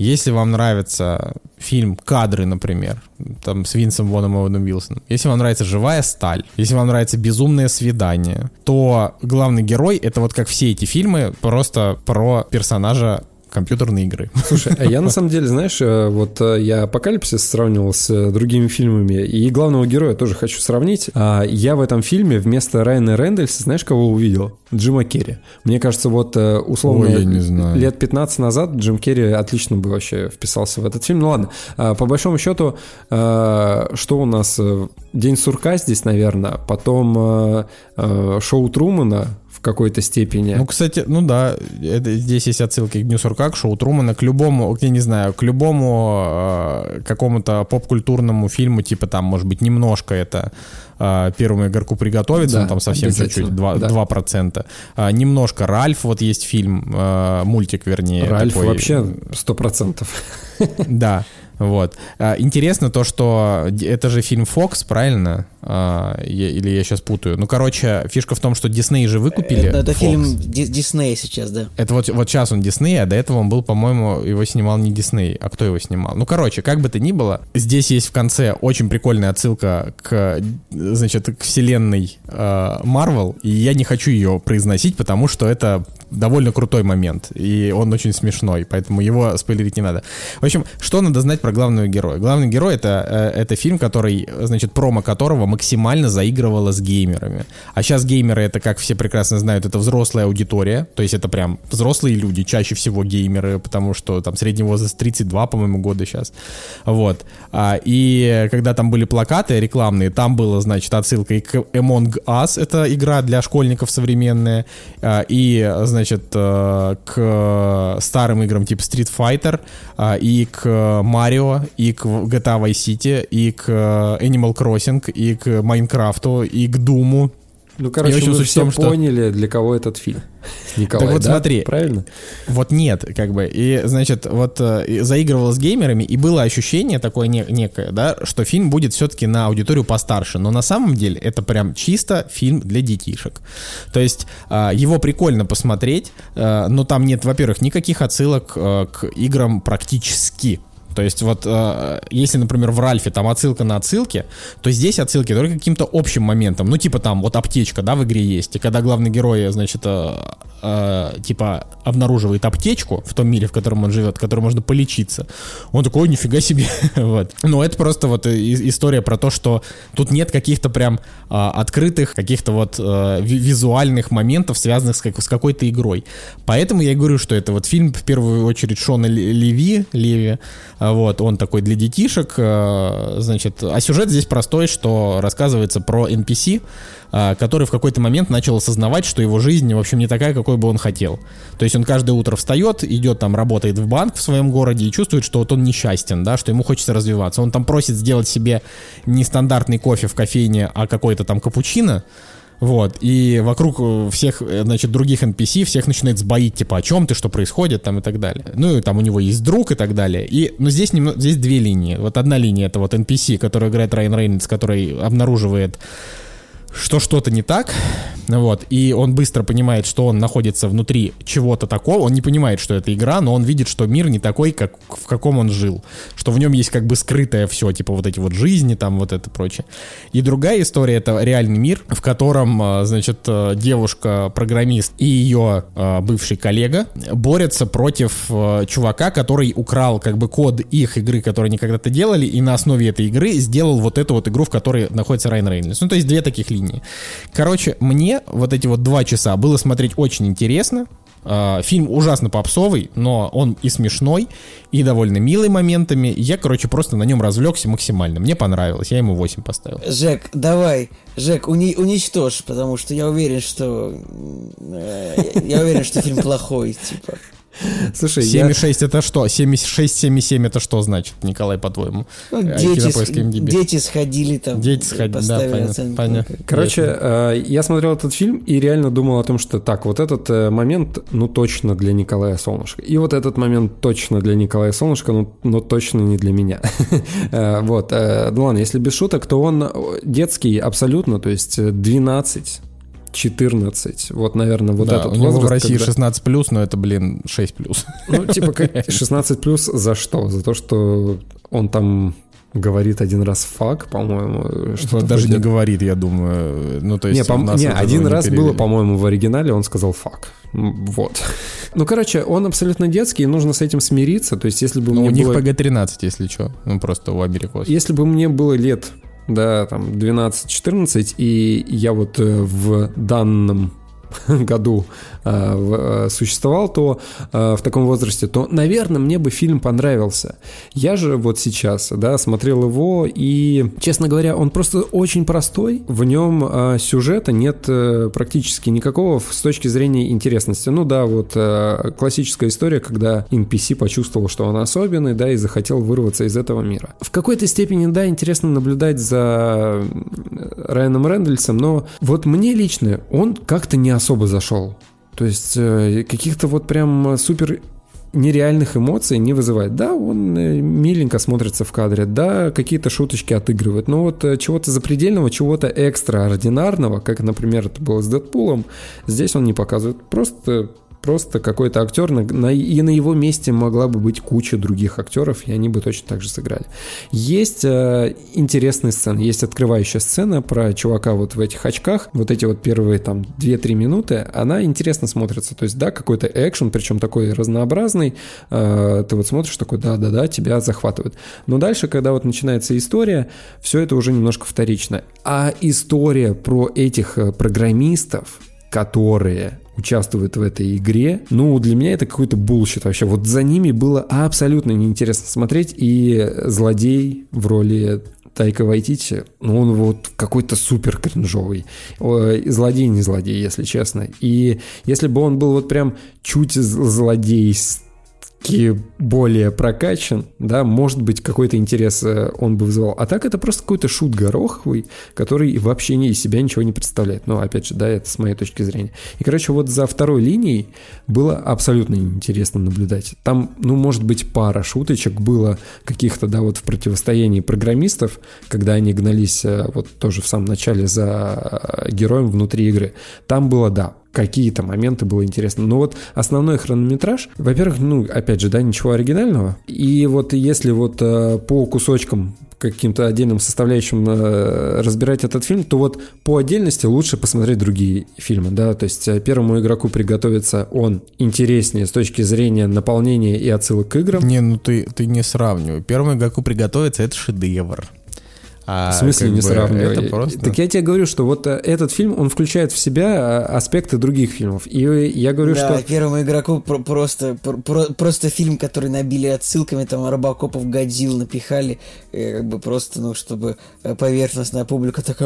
Если вам нравится фильм «Кадры», например, там с Винсом Воном и Оуэном Уилсоном, если вам нравится «Живая сталь», если вам нравится «Безумное свидание», то главный герой — это вот как все эти фильмы, просто про персонажа компьютерные игры. Слушай, а я на самом деле, знаешь, вот я «Апокалипсис» сравнивал с другими фильмами, и главного героя тоже хочу сравнить. Я в этом фильме вместо Райана Рейнольдса, знаешь, кого увидел? Джима Керри. Мне кажется, вот условно Ой, я не знаю. лет пятнадцать назад Джим Керри отлично бы вообще вписался в этот фильм. Ну ладно, по большому счету, что у нас? «День сурка» здесь, наверное, потом «Шоу Трумана», в какой-то степени. Ну, кстати, ну да, это, здесь есть отсылки к «Дню сурка», к «Шоу Трумана», к любому, я не знаю, к любому э, какому-то поп-культурному фильму, типа там, может быть, немножко это э, «Первому игроку приготовиться», да, ну, там совсем чуть-чуть, два, да. два процента. А, немножко «Ральф», вот есть фильм, э, мультик, вернее. «Ральф» такой, вообще сто процентов. Да. Вот. Интересно то, что это же фильм Fox, правильно? А, я, или я сейчас путаю? Ну, короче, фишка в том, что Дисней же выкупили. Это, это Fox. фильм Дисней сейчас, да. Это вот, вот сейчас он Дисней, а до этого он был, по-моему, его снимал не Дисней. А кто его снимал? Ну, короче, как бы то ни было, здесь есть в конце очень прикольная отсылка к, значит, к вселенной Марвел, э, и я не хочу ее произносить, потому что это довольно крутой момент, и он очень смешной, поэтому его спойлерить не надо. В общем, что надо знать про главного героя? Главный герой — это, это фильм, который, значит, промо которого максимально заигрывало с геймерами. А сейчас геймеры — это, как все прекрасно знают, это взрослая аудитория, то есть это прям взрослые люди, чаще всего геймеры, потому что там средний возраст тридцать два, по-моему, года сейчас. Вот. И когда там были плакаты рекламные, там было, значит, отсылка и к Among Us, это игра для школьников современная, и, значит, к старым играм типа Street Fighter, и к Mario, и к джи ти эй Vice City, и к Animal Crossing, и к Майнкрафту, и к Думу. Ну, короче, мы все том, поняли, что... для кого этот фильм. Николай, так вот, да? Смотри. Правильно? Вот нет, как бы. И, значит, вот заигрывал с геймерами, и было ощущение такое не, некое, да, что фильм будет все-таки на аудиторию постарше. Но на самом деле это прям чисто фильм для детишек. То есть его прикольно посмотреть, но там нет, во-первых, никаких отсылок к играм практически. То есть вот, э, если, например, в Ральфе там отсылка на отсылки, то здесь отсылки только каким-то общим моментом. Ну, типа там вот аптечка, да, в игре есть. И когда главный герой, значит, э, э, типа обнаруживает аптечку в том мире, в котором он живет, в которой можно полечиться, он такой: ой, нифига себе. Вот. Но это просто вот история про то, что тут нет каких-то прям э, открытых, каких-то вот э, визуальных моментов, связанных с, как, с какой-то игрой. Поэтому я и говорю, что это вот фильм, в первую очередь, Шона Леви, Леви. Вот, он такой для детишек, значит, а сюжет здесь простой, что рассказывается про эн пи си, который в какой-то момент начал осознавать, что его жизнь, в общем, не такая, какой бы он хотел. То есть он каждое утро встает, идет там, работает в банк в своем городе и чувствует, что вот он несчастен, да, что ему хочется развиваться. Он там просит сделать себе не стандартный кофе в кофейне, а какой-то там капучино. Вот, и вокруг всех, значит, других эн пи си всех начинает сбоить, типа, о чем ты, что происходит, там, и так далее. Ну, и там у него есть друг и так далее. И, но здесь, немного, здесь две линии. Вот одна линия — это вот эн пи си, который играет Райан Рейнольдс, который обнаруживает, что что-то не так, вот, и он быстро понимает, что он находится внутри чего-то такого, он не понимает, что это игра, но он видит, что мир не такой, как в каком он жил, что в нем есть как бы скрытое все, типа вот эти вот жизни, там вот это прочее. И другая история — это реальный мир, в котором, значит, девушка-программист и ее бывший коллега борются против чувака, который украл как бы код их игры, которую они когда-то делали, и на основе этой игры сделал вот эту вот игру, в которой находится Райан Рейнольдс. Ну, то есть две таких линии. Короче, мне вот эти вот два часа было смотреть очень интересно. Фильм ужасно попсовый, но он и смешной, и довольно милый моментами. Я, короче, просто на нем развлекся максимально. Мне понравилось, я ему восемь поставил. Жек, давай, Жек, уни- уничтожь, потому что я уверен, что... Я уверен, что фильм плохой, типа... Слушай, семь и шесть я... это что? семь и шесть, семь и семь это что значит, Николай, по-твоему? Ну, дети, дети сходили там. Дети сходили, да, понятно. понятно. Короче, э, я смотрел этот фильм и реально думал о том, что так, вот этот э, момент, ну, точно для Николая Солнышко. И вот этот момент точно для Николая Солнышко, ну, но точно не для меня. Вот. Ну ладно, если без шуток, то он детский абсолютно, то есть двенадцать четырнадцать. Вот, наверное, вот да, этот у него возраст. в России когда... шестнадцать плюс, но это, блин, шесть плюс. Ну, типа как шестнадцать плюс за что? За то, что он там говорит один раз фак, по-моему. Что даже вроде... не говорит, я думаю. Ну, то есть не, по- не один раз не было, по-моему, в оригинале он сказал фак. Вот. Ну, короче, он абсолютно детский, и нужно с этим смириться. То есть, если бы ну, мне у них было... пэ гэ тринадцать, если что. Ну, просто у америкосов. Если бы мне было лет, да, там, двенадцать-четырнадцать, и я вот в данном году э, существовал, то э, в таком возрасте, то, наверное, мне бы фильм понравился. Я же вот сейчас, да, смотрел его, и, честно говоря, он просто очень простой. В нем э, сюжета нет э, практически никакого с точки зрения интересности. Ну да, вот э, классическая история, когда эн пи си почувствовал, что он особенный, да, и захотел вырваться из этого мира. В какой-то степени, да, интересно наблюдать за Райаном Рейнольдсом, но вот мне лично он как-то не особо зашел. То есть э, каких-то вот прям супер нереальных эмоций не вызывает. Да, он э, миленько смотрится в кадре, да, какие-то шуточки отыгрывает, но вот э, чего-то запредельного, чего-то экстраординарного, как, например, это было с Дэдпулом, здесь он не показывает. Просто... Просто какой-то актер, на, на, и на его месте могла бы быть куча других актеров, и они бы точно так же сыграли. Есть э, интересные сцены, есть открывающая сцена про чувака вот в этих очках, вот эти вот первые там две-три минуты, она интересно смотрится, то есть да, какой-то экшен, причем такой разнообразный, э, ты вот смотришь такой, да-да-да, тебя захватывает. Но дальше, когда вот начинается история, все это уже немножко вторично. А история про этих программистов, которые участвуют в этой игре, ну, для меня это какой-то булщит вообще. Вот за ними было абсолютно неинтересно смотреть, и злодей в роли Тайка Вайтити, ну, он вот какой-то супер кринжовый. Злодей не злодей, если честно. И если бы он был вот прям чуть злодейский, более прокачан, да, может быть, какой-то интерес он бы вызывал. А так это просто какой-то шут гороховый, который вообще не из себя ничего не представляет. Но, опять же, да, это с моей точки зрения. И, короче, вот за второй линией было абсолютно неинтересно наблюдать. Там, ну, может быть, пара шуточек было каких-то, да, вот в противостоянии программистов, когда они гнались вот тоже в самом начале за героем внутри игры. Там было, да, какие-то моменты было интересно. Но вот основной хронометраж, во-первых, ну, опять же, да, ничего оригинального. И вот если вот э, по кусочкам, каким-то отдельным составляющим э, разбирать этот фильм, то вот по отдельности лучше посмотреть другие фильмы, да, то есть первому игроку приготовиться он интереснее с точки зрения наполнения и отсылок к играм. Не, ну ты, ты не сравнивай. Первому игроку приготовиться — это шедевр. А, в смысле не сравнивай? Это просто... Так я тебе говорю, что вот этот фильм, он включает в себя аспекты других фильмов. И я говорю, да, что... Первому игроку про- просто, про- просто фильм, который набили отсылками, там Робокопов, Годзилл напихали, как бы просто, ну, чтобы поверхностная публика такая...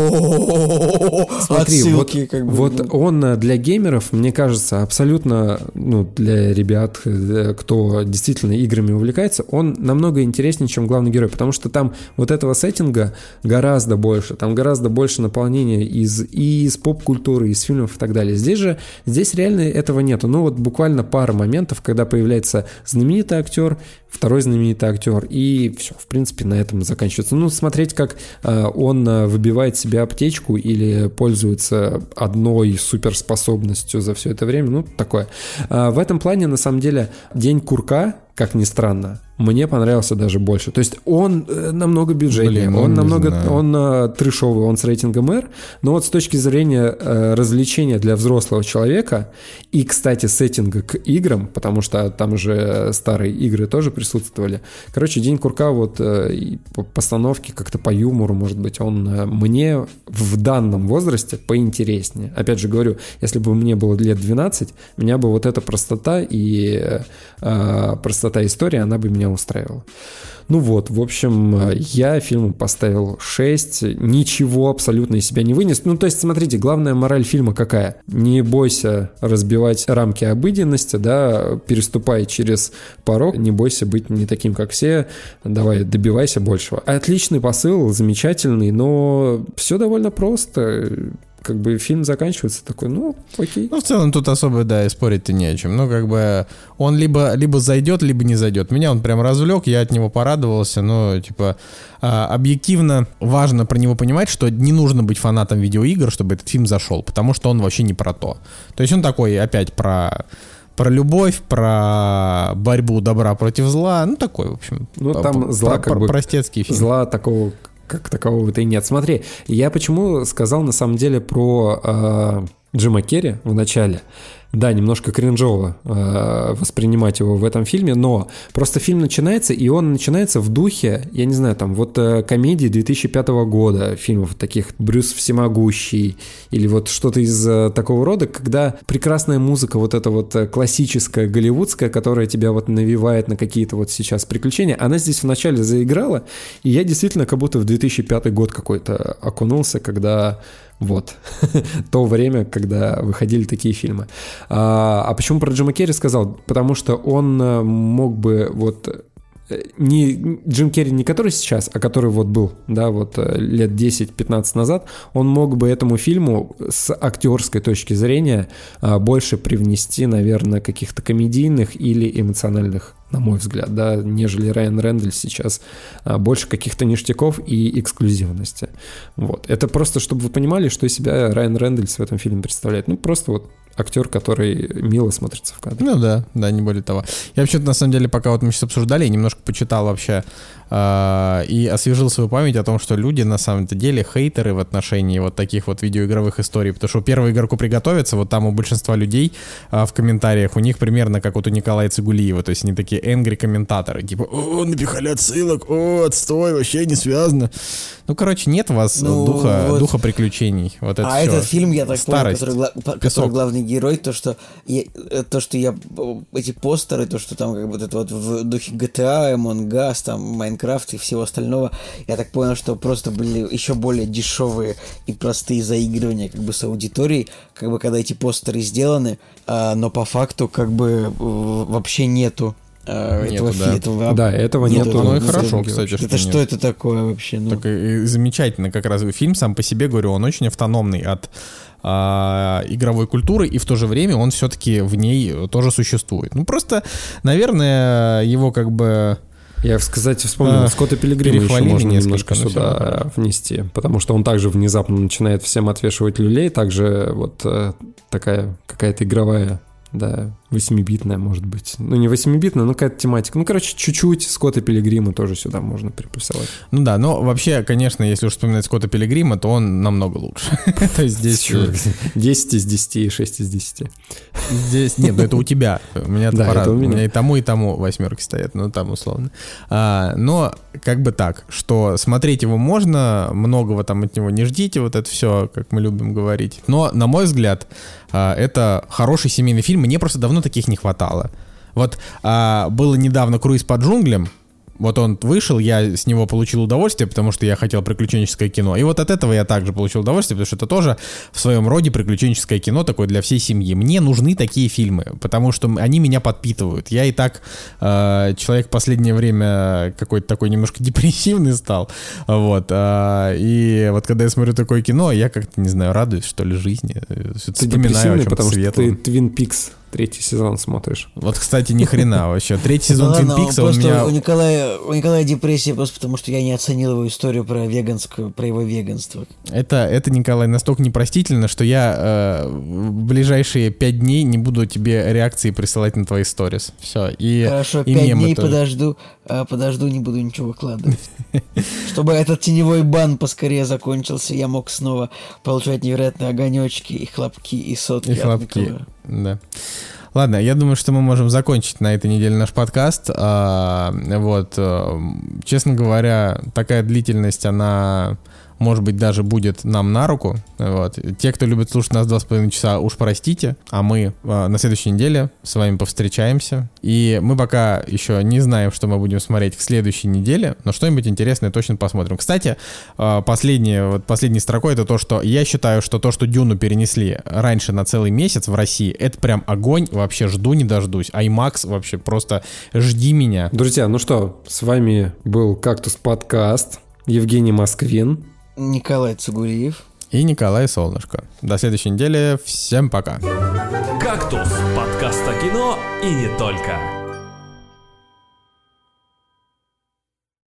Смотри, вот, как бы, вот ну... он для геймеров, мне кажется, абсолютно, ну, для ребят, кто действительно играми увлекается, он намного интереснее, чем главный герой, потому что там вот этого сеттинга гораздо больше, там гораздо больше наполнения из, и из поп-культуры, из фильмов и так далее. Здесь же, здесь реально этого нету. Ну вот буквально пара моментов, когда появляется знаменитый актер, второй знаменитый актер, и все, в принципе, на этом заканчивается. Ну, смотреть, как э, он выбивает себе аптечку или пользуется одной суперспособностью за все это время, ну, такое. А в этом плане, на самом деле, День курка, как ни странно, мне понравился даже больше. То есть он э, намного бюджетнее, Блин, он намного он э, трэшовый, он с рейтингом R, но вот с точки зрения э, развлечения для взрослого человека и, кстати, сеттинга к играм, потому что там же старые игры тоже присутствовали. Короче, День курка вот э, по постановке, как-то по юмору, может быть, он э, мне в данном возрасте поинтереснее. Опять же говорю, если бы мне было лет двенадцать, меня бы вот эта простота и э, простота истории, она бы меня устраивала. Ну вот, в общем, я фильму поставил шесть, ничего абсолютно из себя не вынес. Ну, то есть, смотрите, главная мораль фильма какая? Не бойся разбивать рамки обыденности, да, переступай через порог, не бойся быть не таким, как все, давай, добивайся большего. Отличный посыл, замечательный, но все довольно просто. как бы фильм заканчивается, такой, ну, окей. Ну, в целом тут особо, да, и спорить-то не о чем. Ну, как бы он либо, либо зайдет, либо не зайдет. Меня он прям развлек, я от него порадовался, но, типа, объективно важно про него понимать, что не нужно быть фанатом видеоигр, чтобы этот фильм зашел, потому что он вообще не про то. То есть он такой, опять, про... Про любовь, про борьбу добра против зла, ну такой, в общем. Ну там зла как бы простецкий фильм. Зла такого, как такового-то и нет. Смотри, я почему сказал на самом деле про э, Джима Керри в начале. Да, немножко кринжово э, воспринимать его в этом фильме, но просто фильм начинается, и он начинается в духе, я не знаю, там, вот э, комедии две тысячи пятого года, фильмов таких «Брюс Всемогущий», или вот что-то из э, такого рода, когда прекрасная музыка, вот эта вот классическая, голливудская, которая тебя вот навевает на какие-то вот сейчас приключения, она здесь вначале заиграла, и я действительно как будто в две тысячи пятый год какой-то окунулся, когда... Вот, то время, когда выходили такие фильмы. А, а почему про Джима Керри сказал? Потому что он мог бы вот... Не Джим Керри, не который сейчас, а который вот был, да, вот лет десять-пятнадцать назад, он мог бы этому фильму с актерской точки зрения больше привнести, наверное, каких-то комедийных или эмоциональных, на мой взгляд, да, нежели Райан Рэндальс сейчас, больше каких-то ништяков и эксклюзивности. Вот. Это просто, чтобы вы понимали, что из себя Райан Рэндальс в этом фильме представляет. Ну, просто вот актер, который мило смотрится в кадре. Ну да, да, не более того. Я вообще-то, на самом деле, пока вот мы сейчас обсуждали, я немножко почитал вообще э, и освежил свою память о том, что люди, на самом-то деле, хейтеры в отношении вот таких вот видеоигровых историй, потому что первую игроку приготовиться, вот там у большинства людей э, в комментариях, у них примерно как вот у Николая Цигулиева, то есть они такие энгри комментаторы, типа, о, напихали отсылок, о, отстой, вообще не связано. Ну, короче, нет у вас ну, духа, вот. духа приключений. Вот это а все. этот фильм, я так Старость. понял, который, который главный герой, то, что я, то, что я эти постеры, то, что там как бы вот это вот в духе джи ти эй, Among Us, там, Майнкрафт и всего остального, я так понял, что просто были еще более дешевые и простые заигрывания как бы с аудиторией, как бы когда эти постеры сделаны, а, но по факту как бы вообще нету Нету, этого, да. Этого, да, этого нету. нету. Ну и хорошо, кстати, это что что нет. это такое вообще? Ну? Так и замечательно, как раз фильм сам по себе, говорю, он очень автономный от а, игровой культуры, и в то же время он все-таки в ней тоже существует. Ну просто, наверное, его как бы... Я, кстати, вспомнил, а, Скотта Пилигрима еще можно немножко сюда внести, потому что он также внезапно начинает всем отвешивать люлей, также вот э, такая какая-то игровая, да, восьмибитная, может быть. Ну, не восьмибитная, но какая-то тематика. Ну, короче, чуть-чуть Скотта Пилигрима тоже сюда можно приплюсовать. Ну да, но вообще, конечно, если уж вспоминать Скотта Пилигрима, то он намного лучше. То есть здесь... десять из десяти и шесть из десяти. Здесь... Нет, ну это у тебя. У меня это у меня и тому, и тому восьмерки стоят, ну там условно. Но как бы так, что смотреть его можно, многого там от него не ждите, вот это все, как мы любим говорить. Но, на мой взгляд, это хороший семейный фильм. Мне просто давно таких не хватало. Вот а, было недавно «Круиз по джунглям». Вот он вышел, я с него получил удовольствие, потому что я хотел приключенческое кино. И вот от этого я также получил удовольствие, потому что это тоже в своем роде приключенческое кино такое для всей семьи. Мне нужны такие фильмы, потому что они меня подпитывают. Я и так э, человек в последнее время какой-то такой немножко депрессивный стал. Вот. Э, и вот когда я смотрю такое кино, я как-то, не знаю, радуюсь, что ли, жизни. Ты вспоминаю о чем-то потому светлом. Что ты Twin Peaks третий сезон смотришь. Вот, кстати, ни хрена вообще. Третий сезон Twin Peaks у меня... У Николая, у Николая депрессия просто потому, что я не оценил его историю про веганскую, про его веганство. Это, это Николай, настолько непростительно, что я э, в ближайшие пять дней не буду тебе реакции присылать на твои сторис. Все. И, Хорошо, и пять дней тоже. подожду, а, подожду, не буду ничего выкладывать. Чтобы этот теневой бан поскорее закончился, я мог снова получать невероятные огонечки и хлопки, и сотки. И хлопки, да. Ладно, я думаю, что мы можем закончить на этой неделе наш подкаст. А, вот, честно говоря, такая длительность, она, может быть, даже будет нам на руку. Вот. Те, кто любит слушать нас два с половиной часа, уж простите, а мы а, на следующей неделе с вами повстречаемся. И мы пока еще не знаем, что мы будем смотреть к следующей неделе, но что-нибудь интересное точно посмотрим. Кстати, последнее, вот последней строкой это то, что я считаю, что то, что Дюну перенесли раньше на целый месяц в России, это прям огонь, вообще жду не дождусь. IMAX вообще просто жди меня. Друзья, ну что, с вами был «Кактус Подкаст», Евгений Москвин, Николай Цигулиев И Николай Солнышко. До следующей недели. Всем пока. «Кактус» — подкаст о кино и не только.